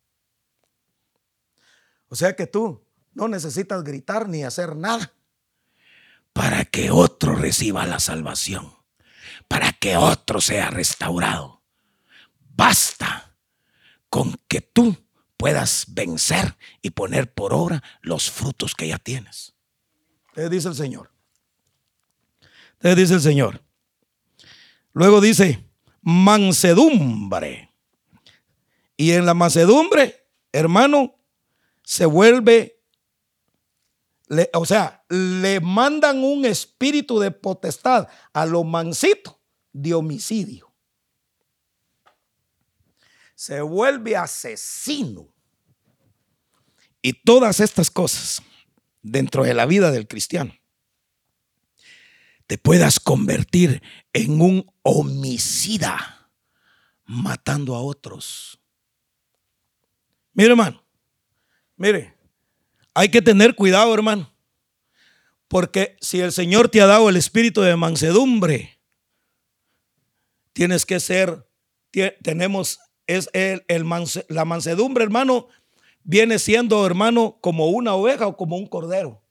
Speaker 1: O sea que tú no necesitas gritar ni hacer nada para que otro reciba la salvación, para que otro sea restaurado. Basta con que tú puedas vencer y poner por obra los frutos que ya tienes. Dice el Señor. Dice el Señor. Luego dice mansedumbre. Y en la mansedumbre, hermano, se vuelve, le mandan un espíritu de potestad a lo mansito de homicidio. Se vuelve asesino. Y todas estas cosas dentro de la vida del cristiano, te puedas convertir en un homicida matando a otros. Mire, hermano, mire, hay que tener cuidado, hermano, porque si el Señor te ha dado el espíritu de mansedumbre, tienes que ser, la mansedumbre, hermano, viene siendo, hermano, como una oveja o como un cordero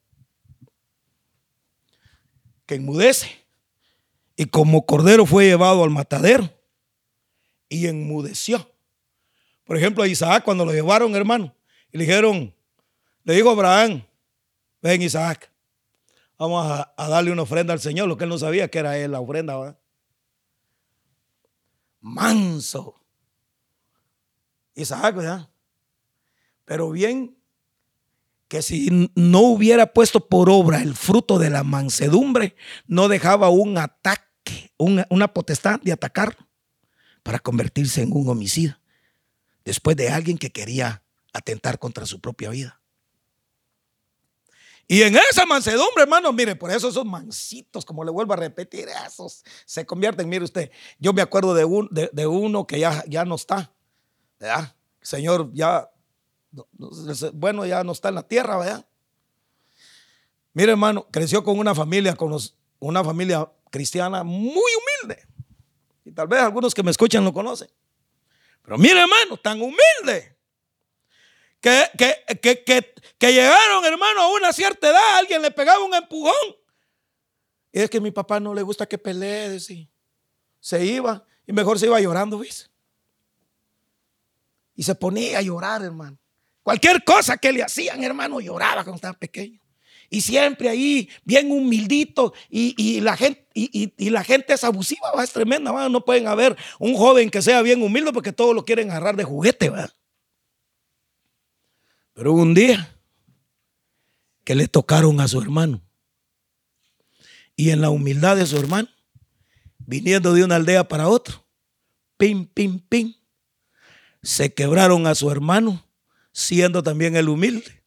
Speaker 1: que enmudece, y como cordero fue llevado al matadero y enmudeció. Por ejemplo, a Isaac, cuando lo llevaron, hermano, y le dijo Abraham: ven, Isaac, vamos a darle una ofrenda al Señor. Lo que él no sabía que era él la ofrenda, ¿verdad? Manso Isaac, ¿verdad? Pero bien que si no hubiera puesto por obra el fruto de la mansedumbre, no dejaba un ataque, una potestad de atacarlo para convertirse en un homicida después de alguien que quería atentar contra su propia vida. Y en esa mansedumbre, hermano, mire, por eso esos mansitos, como le vuelvo a repetir, esos se convierten. Mire usted, yo me acuerdo de uno que ya no está, ¿verdad? El Señor ya, bueno, ya no está en la tierra, ¿verdad? Mire, hermano, creció con una familia cristiana muy humilde. Y tal vez algunos que me escuchan lo conocen. Pero mire, hermano, tan humilde que llegaron, hermano, a una cierta edad, alguien le pegaba un empujón. Y es que a mi papá no le gusta que pelee, decía. Se iba y mejor se iba llorando, ¿ves? Y se ponía a llorar, hermano. Cualquier cosa que le hacían, hermano, lloraba cuando estaba pequeño. Y siempre ahí, bien humildito. Y la gente es abusiva, ¿va? Es tremenda, ¿va? No pueden haber un joven que sea bien humilde porque todos lo quieren agarrar de juguete, ¿va? Pero hubo un día que le tocaron a su hermano. Y en la humildad de su hermano, viniendo de una aldea para otro, pim, pim, pim, se quebraron a su hermano, siendo también el humilde.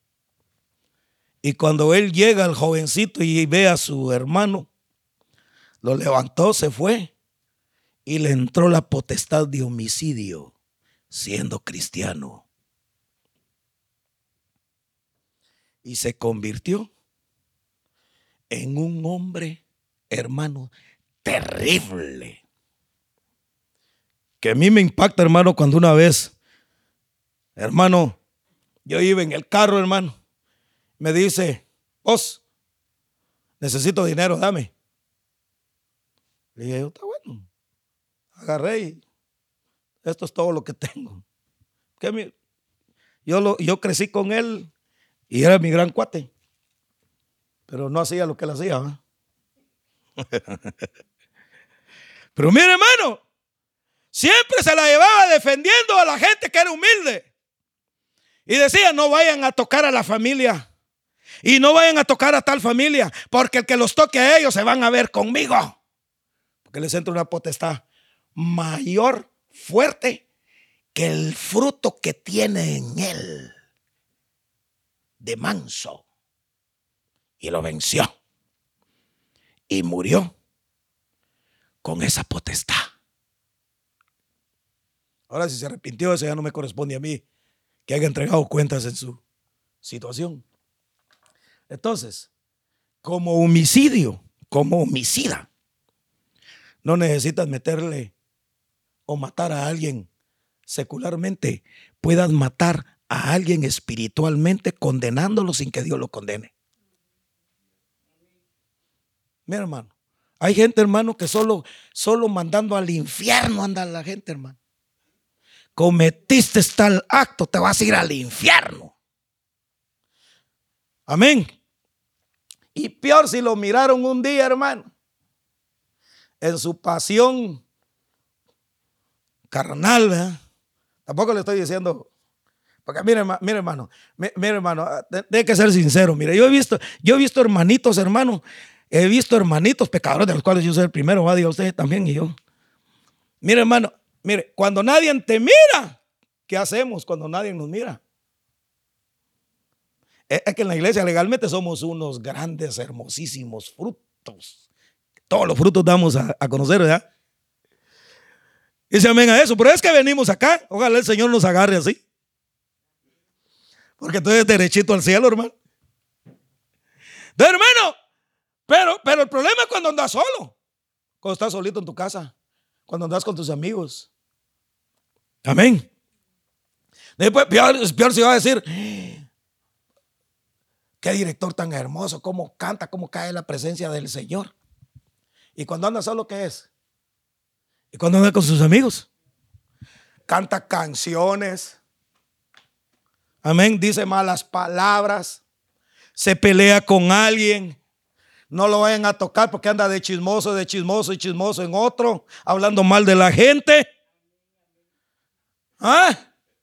Speaker 1: Y cuando él llega, al jovencito, y ve a su hermano, lo levantó, se fue y le entró la potestad de homicidio, siendo cristiano. y se convirtió en un hombre, hermano, terrible. Que a mí me impacta, hermano, cuando una vez, hermano, yo iba en el carro, hermano, me dice: vos, necesito dinero, dame. Le dije: está bueno. Agarré y esto es todo lo que tengo. Yo crecí con él y era mi gran cuate, pero no hacía lo que él hacía, ¿eh? Pero mire, hermano, siempre se la llevaba defendiendo a la gente que era humilde. Y decía: no vayan a tocar a la familia. Y no vayan a tocar a tal familia, porque el que los toque a ellos se van a ver conmigo. Porque les entra una potestad mayor, fuerte, que el fruto que tiene en él, de manso. Y lo venció. Y murió con esa potestad. Ahora, si se arrepintió, eso ya no me corresponde a mí, que haya entregado cuentas en su situación. Entonces, como homicidio, como homicida, no necesitas meterle o matar a alguien secularmente. Puedas matar a alguien espiritualmente, condenándolo sin que Dios lo condene. Mira, hermano, hay gente, hermano, que solo mandando al infierno anda la gente, hermano. Cometiste tal acto, te vas a ir al infierno. Amén. Y peor si lo miraron un día, hermano, en su pasión carnal, ¿verdad? Tampoco le estoy diciendo, porque mire, hermano, tiene que ser sincero. Mire, yo he visto hermanitos, hermano, he visto hermanitos pecadores, de los cuales yo soy el primero, va Dios, usted también y yo. Mire, hermano, mire, cuando nadie te mira, ¿qué hacemos cuando nadie nos mira? Es que en la iglesia legalmente somos unos grandes, hermosísimos frutos. Todos los frutos damos a conocer, ¿verdad? Dice amén a eso. Pero es que venimos acá. Ojalá el Señor nos agarre así. Porque entonces derechito al cielo, hermano. Entonces, hermano, pero el problema es cuando andas solo. Cuando estás solito en tu casa. Cuando andas con tus amigos. Amén. Después, peor se va a decir: qué director tan hermoso, cómo canta, cómo cae la presencia del Señor. Y cuando anda solo, ¿qué es? Y cuando anda con sus amigos, canta canciones. Amén. Dice malas palabras. Se pelea con alguien. No lo vayan a tocar porque anda de chismoso en otro, hablando mal de la gente. ¿Ah?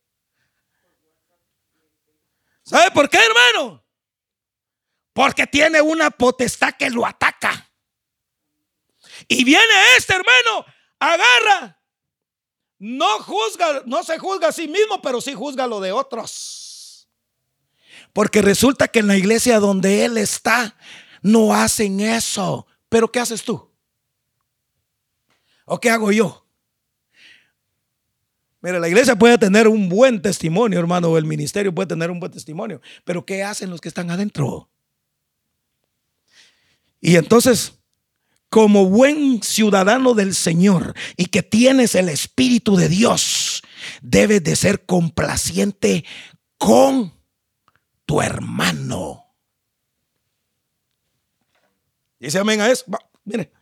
Speaker 1: ¿Sabe por qué, hermano? Porque tiene una potestad que lo ataca. Y viene hermano, agarra. No se juzga a sí mismo, pero sí juzga lo de otros. Porque resulta que en la iglesia donde él está, no hacen eso. Pero ¿qué haces tú? ¿O qué hago yo? Mira, la iglesia puede tener un buen testimonio, hermano, o el ministerio puede tener un buen testimonio, pero ¿qué hacen los que están adentro? Y entonces, como buen ciudadano del Señor y que tienes el Espíritu de Dios, debes de ser complaciente con tu hermano. Dice amén a eso. Mire,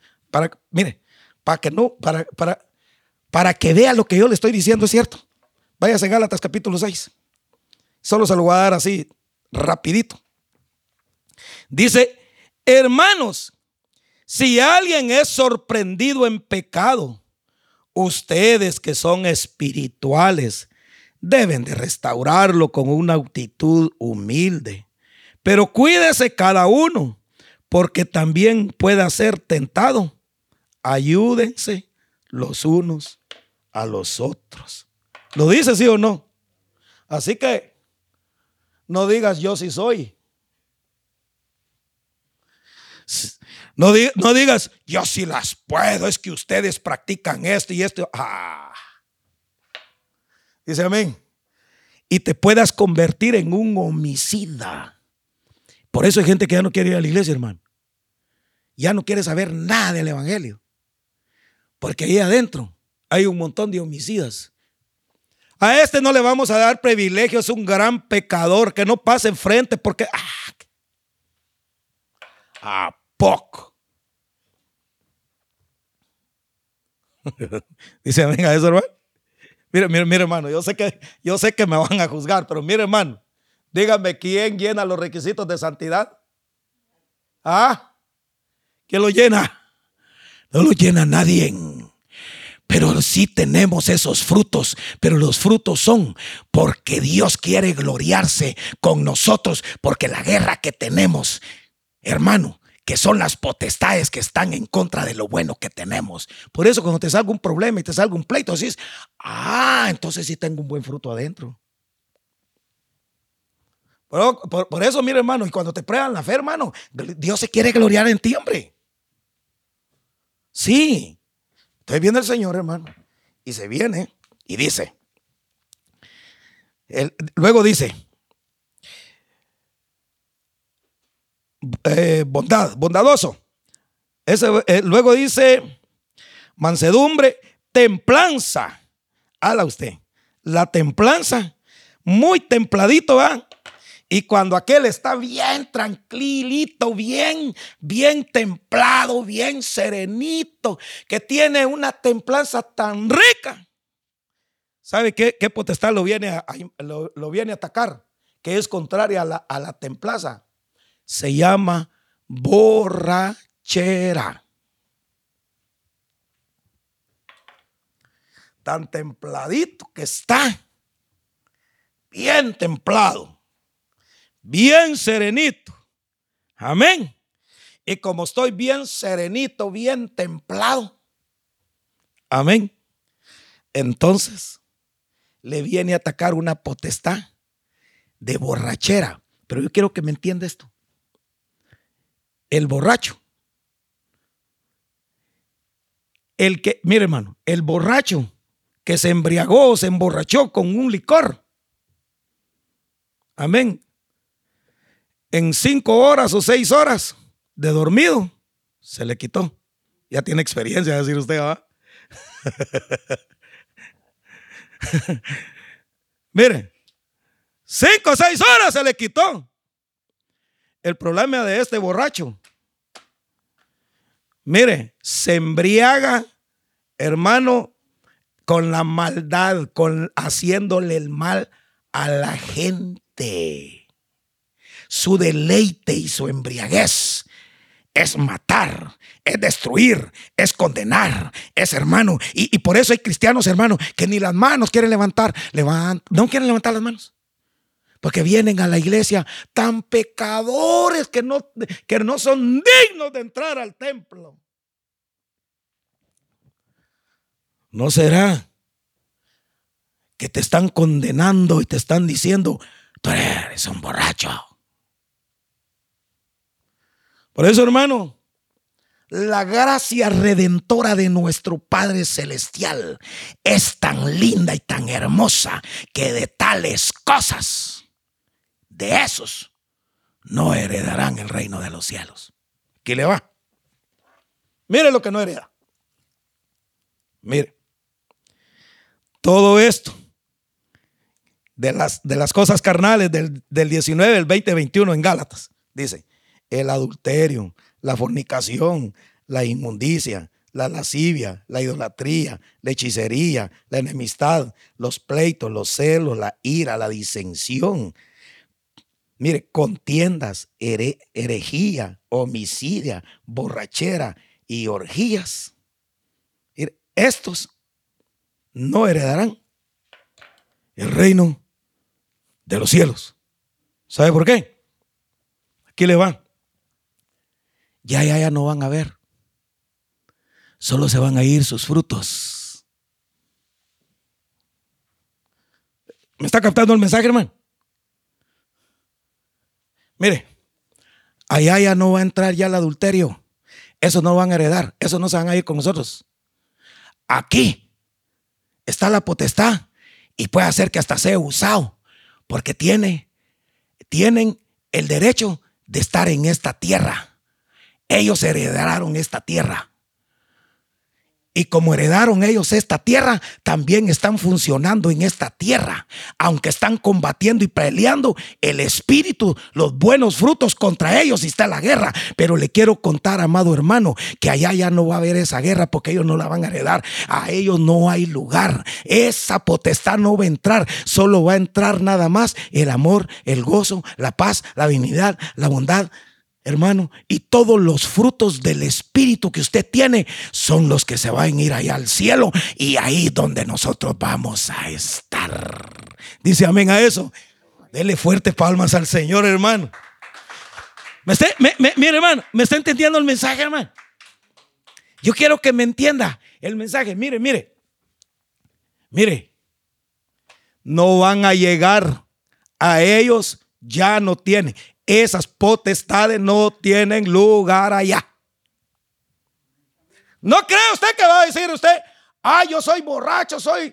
Speaker 1: para que vea lo que yo le estoy diciendo es cierto. Váyase a Gálatas capítulo 6. Solo se lo voy a dar así rapidito. Dice: hermanos, si alguien es sorprendido en pecado, ustedes que son espirituales deben de restaurarlo con una actitud humilde. Pero cuídese cada uno, porque también pueda ser tentado. Ayúdense los unos a los otros. ¿Lo dice sí o no? Así que no digas yo sí soy. No digas yo sí las puedo, es que ustedes practican esto y esto. Dice amén. Y te puedas convertir en un homicida. Por eso hay gente que ya no quiere ir a la iglesia, hermano. Ya no quiere saber nada del evangelio. Porque ahí adentro hay un montón de homicidas. A este no le vamos a dar privilegio, es un gran pecador, que no pase enfrente porque ¿a poco? Dice, venga eso, hermano. Mire, hermano, yo sé que me van a juzgar, pero mire, hermano, dígame, ¿quién llena los requisitos de santidad? ¿Quién lo llena? No lo llena nadie. Pero sí tenemos esos frutos, pero los frutos son porque Dios quiere gloriarse con nosotros, porque la guerra que tenemos, hermano, que son las potestades que están en contra de lo bueno que tenemos. Por eso cuando te salga un problema y te salga un pleito, decís, entonces sí tengo un buen fruto adentro. Por eso, mire, hermano, y cuando te prueban la fe, hermano, Dios se quiere gloriar en ti, hombre. Sí. Entonces viene el Señor, hermano, y se viene y dice, luego dice, bondadoso. Luego dice, mansedumbre, templanza. Hala usted, la templanza, muy templadito, ¿va? Y cuando aquel está bien tranquilito, bien templado, bien serenito, que tiene una templanza tan rica, ¿sabe qué potestad lo viene a atacar? Que es contraria a la templanza. Se llama borrachera. Tan templadito que está, bien templado, bien serenito. Amén. Y como estoy bien serenito, bien templado, amén, entonces le viene a atacar una potestad de borrachera. Pero yo quiero que me entienda esto. El borracho, mire, hermano, el borracho que se embriagó, se emborrachó con un licor, amén, en 5 horas o 6 horas de dormido, se le quitó. Ya tiene experiencia, decir usted, ¿va? Mire, 5 o 6 horas se le quitó. El problema de este borracho, mire, se embriaga, hermano, con la maldad, haciéndole el mal a la gente. Su deleite y su embriaguez es matar, es destruir, es condenar, es, hermano. Y por eso hay cristianos, hermano, que ni las manos quieren levantar. No quieren levantar las manos. Porque vienen a la iglesia tan pecadores que no son dignos de entrar al templo. ¿No será que te están condenando y te están diciendo, tú eres un borracho? Por eso, hermano, la gracia redentora de nuestro Padre Celestial es tan linda y tan hermosa que de tales cosas, de esos, no heredarán el reino de los cielos. ¿Qué le va? Mire lo que no hereda. Mire, todo esto de las cosas carnales del 19, el 20, 21 en Gálatas, dice, el adulterio, la fornicación, la inmundicia, la lascivia, la idolatría, la hechicería, la enemistad, los pleitos, los celos, la ira, la disensión. Mire, contiendas, herejía, homicidia, borrachera y orgías. Mire, estos no heredarán el reino de los cielos. ¿Sabe por qué? Aquí le va. Ya no van a ver. Solo se van a ir sus frutos. ¿Me está captando el mensaje, hermano? Mire, allá ya no va a entrar ya el adulterio. Eso no lo van a heredar. Eso no se van a ir con nosotros. Aquí está la potestad y puede hacer que hasta sea usado, porque tienen el derecho de estar en esta tierra. Ellos heredaron esta tierra. Y como heredaron ellos esta tierra, también están funcionando en esta tierra. Aunque están combatiendo y peleando, el espíritu, los buenos frutos contra ellos está la guerra. Pero le quiero contar, amado hermano, que allá ya no va a haber esa guerra porque ellos no la van a heredar. A ellos no hay lugar. Esa potestad no va a entrar. Solo va a entrar nada más el amor, el gozo, la paz, la benignidad, la bondad. Hermano, y todos los frutos del espíritu que usted tiene son los que se van a ir allá al cielo, y ahí donde nosotros vamos a estar. Dice amén a eso. Dele fuerte palmas al Señor, hermano. Mire, hermano, ¿me está entendiendo el mensaje, hermano? Yo quiero que me entienda el mensaje. Mire, no van a llegar a ellos, ya no tienen. Esas potestades no tienen lugar allá. ¿No cree usted que va a decir usted: yo soy borracho, soy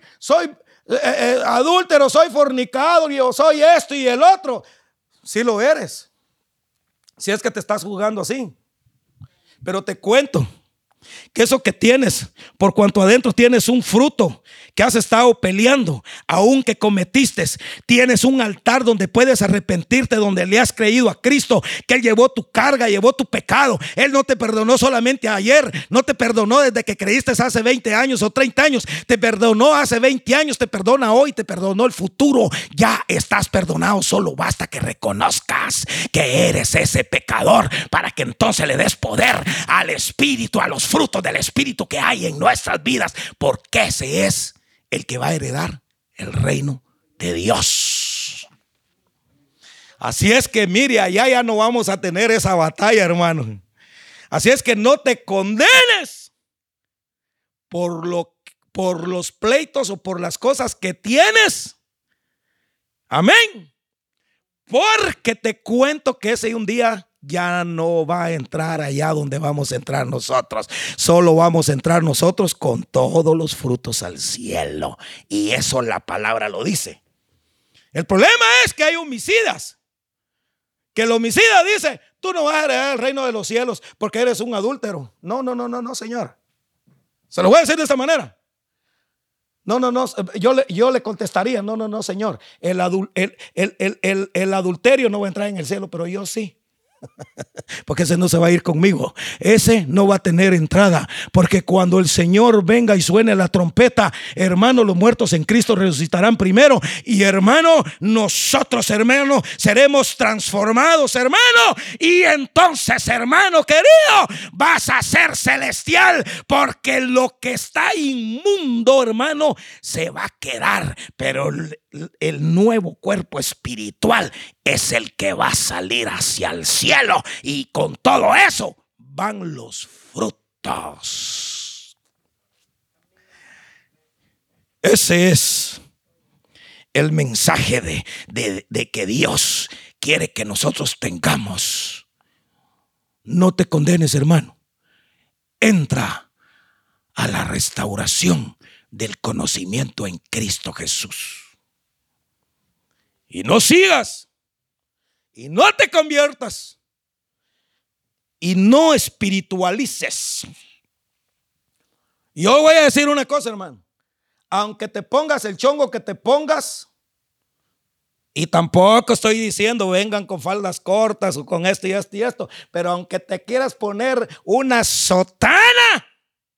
Speaker 1: adúltero, soy fornicador, yo soy esto y el otro? Sí lo eres, si es que te estás jugando así. Pero te cuento que eso que tienes, por cuanto adentro tienes un fruto que has estado peleando, aun que cometiste, tienes un altar donde puedes arrepentirte, donde le has creído a Cristo, que Él llevó tu carga, llevó tu pecado. Él no te perdonó solamente ayer, no te perdonó desde que creíste hace 20 años o 30 años, te perdonó hace 20 años, te perdona hoy, te perdonó el futuro. Ya estás perdonado, solo basta que reconozcas que eres ese pecador, para que entonces le des poder al Espíritu, a los frutos del Espíritu que hay en nuestras vidas, porque ese es el que va a heredar el reino de Dios. Así es que mire, allá ya no vamos a tener esa batalla, hermano. Así es que no te condenes por los pleitos o por las cosas que tienes. Amén. Porque te cuento que ese un día ya no va a entrar allá donde vamos a entrar nosotros. Solo vamos a entrar nosotros con todos los frutos al cielo. Y eso la palabra lo dice. El problema es que hay homicidas. Que el homicida dice: tú no vas a heredar el reino de los cielos porque eres un adúltero. No, Señor. Se lo voy a decir de esta manera. No, yo le contestaría: no, Señor. El adulterio no va a entrar en el cielo, pero yo sí. Porque ese no se va a ir conmigo. Ese no va a tener entrada. Porque cuando el Señor venga y suene la trompeta, hermano, los muertos en Cristo resucitarán primero. Y hermano, nosotros, hermano, seremos transformados, hermano. Y entonces, hermano querido, vas a ser celestial. Porque lo que está inmundo, hermano, se va a quedar. Pero el nuevo cuerpo espiritual es el que va a salir hacia el cielo, y con todo eso van los frutos. Ese es el mensaje de que Dios quiere que nosotros tengamos. No te condenes, hermano. Entra a la restauración del conocimiento en Cristo Jesús. Y no sigas, y no te conviertas, y no espiritualices. Yo voy a decir una cosa, hermano. Aunque te pongas el chongo que te pongas, y tampoco estoy diciendo vengan con faldas cortas o con esto y esto y esto, pero aunque te quieras poner una sotana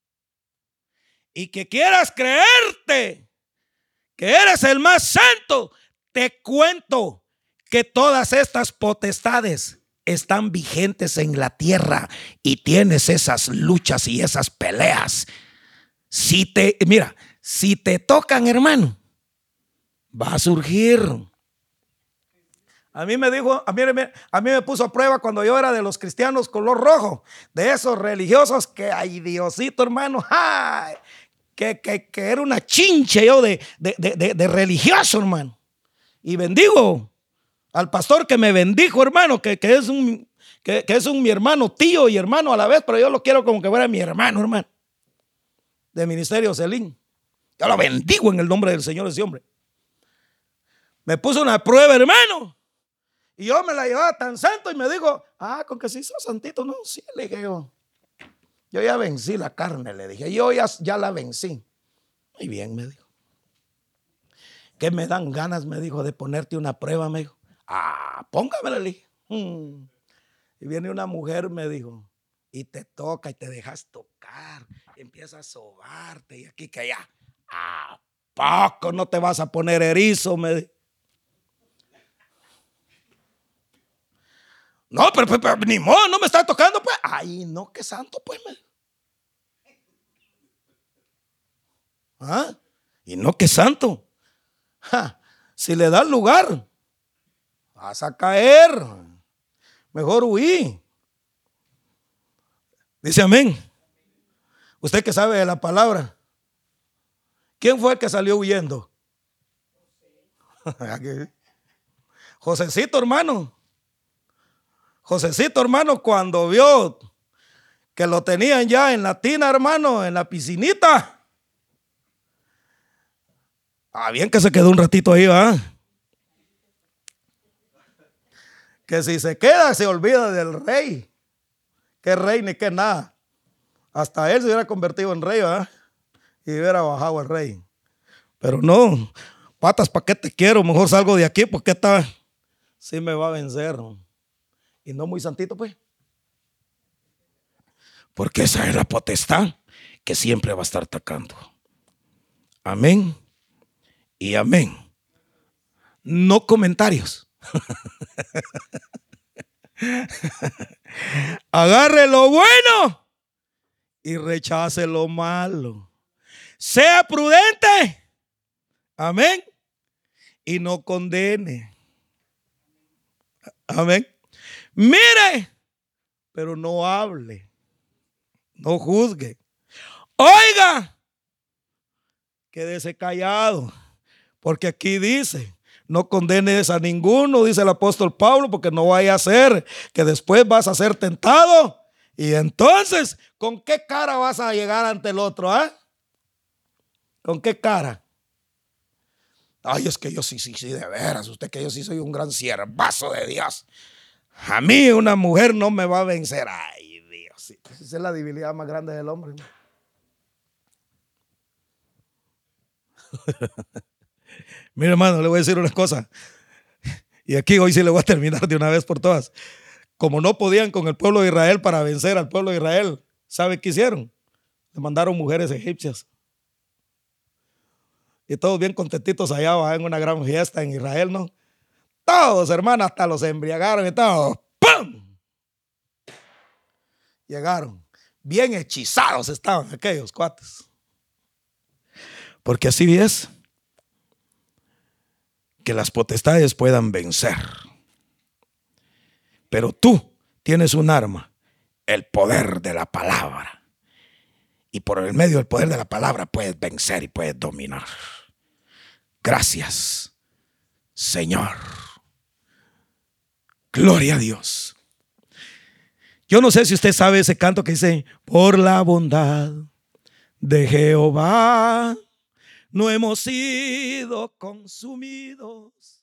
Speaker 1: y que quieras creerte que eres el más santo, te cuento que todas estas potestades están vigentes en la tierra y tienes esas luchas y esas peleas. Si te tocan, hermano, va a surgir. A mí me dijo, a mí me puso a prueba cuando yo era de los cristianos color rojo, de esos religiosos que, ay Diosito, hermano, ¡ay! Que era una chinche yo de religioso, hermano. Y bendigo al pastor que me bendijo, hermano, que es mi hermano, tío y hermano a la vez, pero yo lo quiero como que fuera mi hermano, de Ministerio Celín. Yo lo bendigo en el nombre del Señor, ese hombre. Me puso una prueba, hermano, Y yo me la llevaba tan santo y me dijo, con que sí sos santito. No, sí, le dije yo. Yo ya vencí la carne, le dije. Yo ya la vencí. Muy bien, me dijo. ¿Qué me dan ganas, me dijo, de ponerte una prueba? Me dijo. Póngamela, le dije. Y viene una mujer, me dijo, y te toca y te dejas tocar. Empieza a sobarte y aquí que allá. ¿A poco no te vas a poner erizo? Me dijo. No, pero ni modo, no me está tocando, pues. Ay, no, qué santo, pues. Y no, qué santo. Si le das lugar, vas a caer. Mejor huí. Dice amén. Usted que sabe de la palabra. ¿Quién fue el que salió huyendo? Josecito, hermano. Josecito, hermano, cuando vio que lo tenían ya en la tina, hermano, en la piscinita. Bien que se quedó un ratito ahí, ¿va? Que si se queda se olvida del rey. ¿Qué rey ni qué nada? Hasta él se hubiera convertido en rey, ¿va? Y hubiera bajado el rey. Pero no, patas, ¿para qué te quiero? Mejor salgo de aquí porque esta sí me va a vencer. Y no muy santito, pues. Porque esa es la potestad que siempre va a estar atacando. Amén y amén. No comentarios. Agarre lo bueno y rechace lo malo. Sea prudente. Amén. Y no condene. Amén. Mire, pero no hable. No juzgue. Oiga, quédese callado. Porque aquí dice, no condenes a ninguno, dice el apóstol Pablo, porque no vaya a ser que después vas a ser tentado. Y entonces, ¿con qué cara vas a llegar ante el otro? ¿Con qué cara? Ay, es que yo sí, de veras, usted que yo sí soy un gran siervazo de Dios. A mí una mujer no me va a vencer. Ay, Dios, esa es la debilidad más grande del hombre. Mire, hermano, le voy a decir una cosa. Y aquí hoy sí le voy a terminar de una vez por todas. Como no podían con el pueblo de Israel para vencer al pueblo de Israel, ¿sabe qué hicieron? Le mandaron mujeres egipcias. Y todos bien contentitos allá en una gran fiesta en Israel, ¿no? Todos, hermanos, hasta los embriagaron y todo. ¡Pum! Llegaron. Bien hechizados estaban aquellos cuates. Porque así es que las potestades puedan vencer. Pero tú tienes un arma, el poder de la palabra. Y por el medio del poder de la palabra puedes vencer y puedes dominar. Gracias, Señor. Gloria a Dios. Yo no sé si usted sabe ese canto que dice, por la bondad de Jehová no hemos sido consumidos.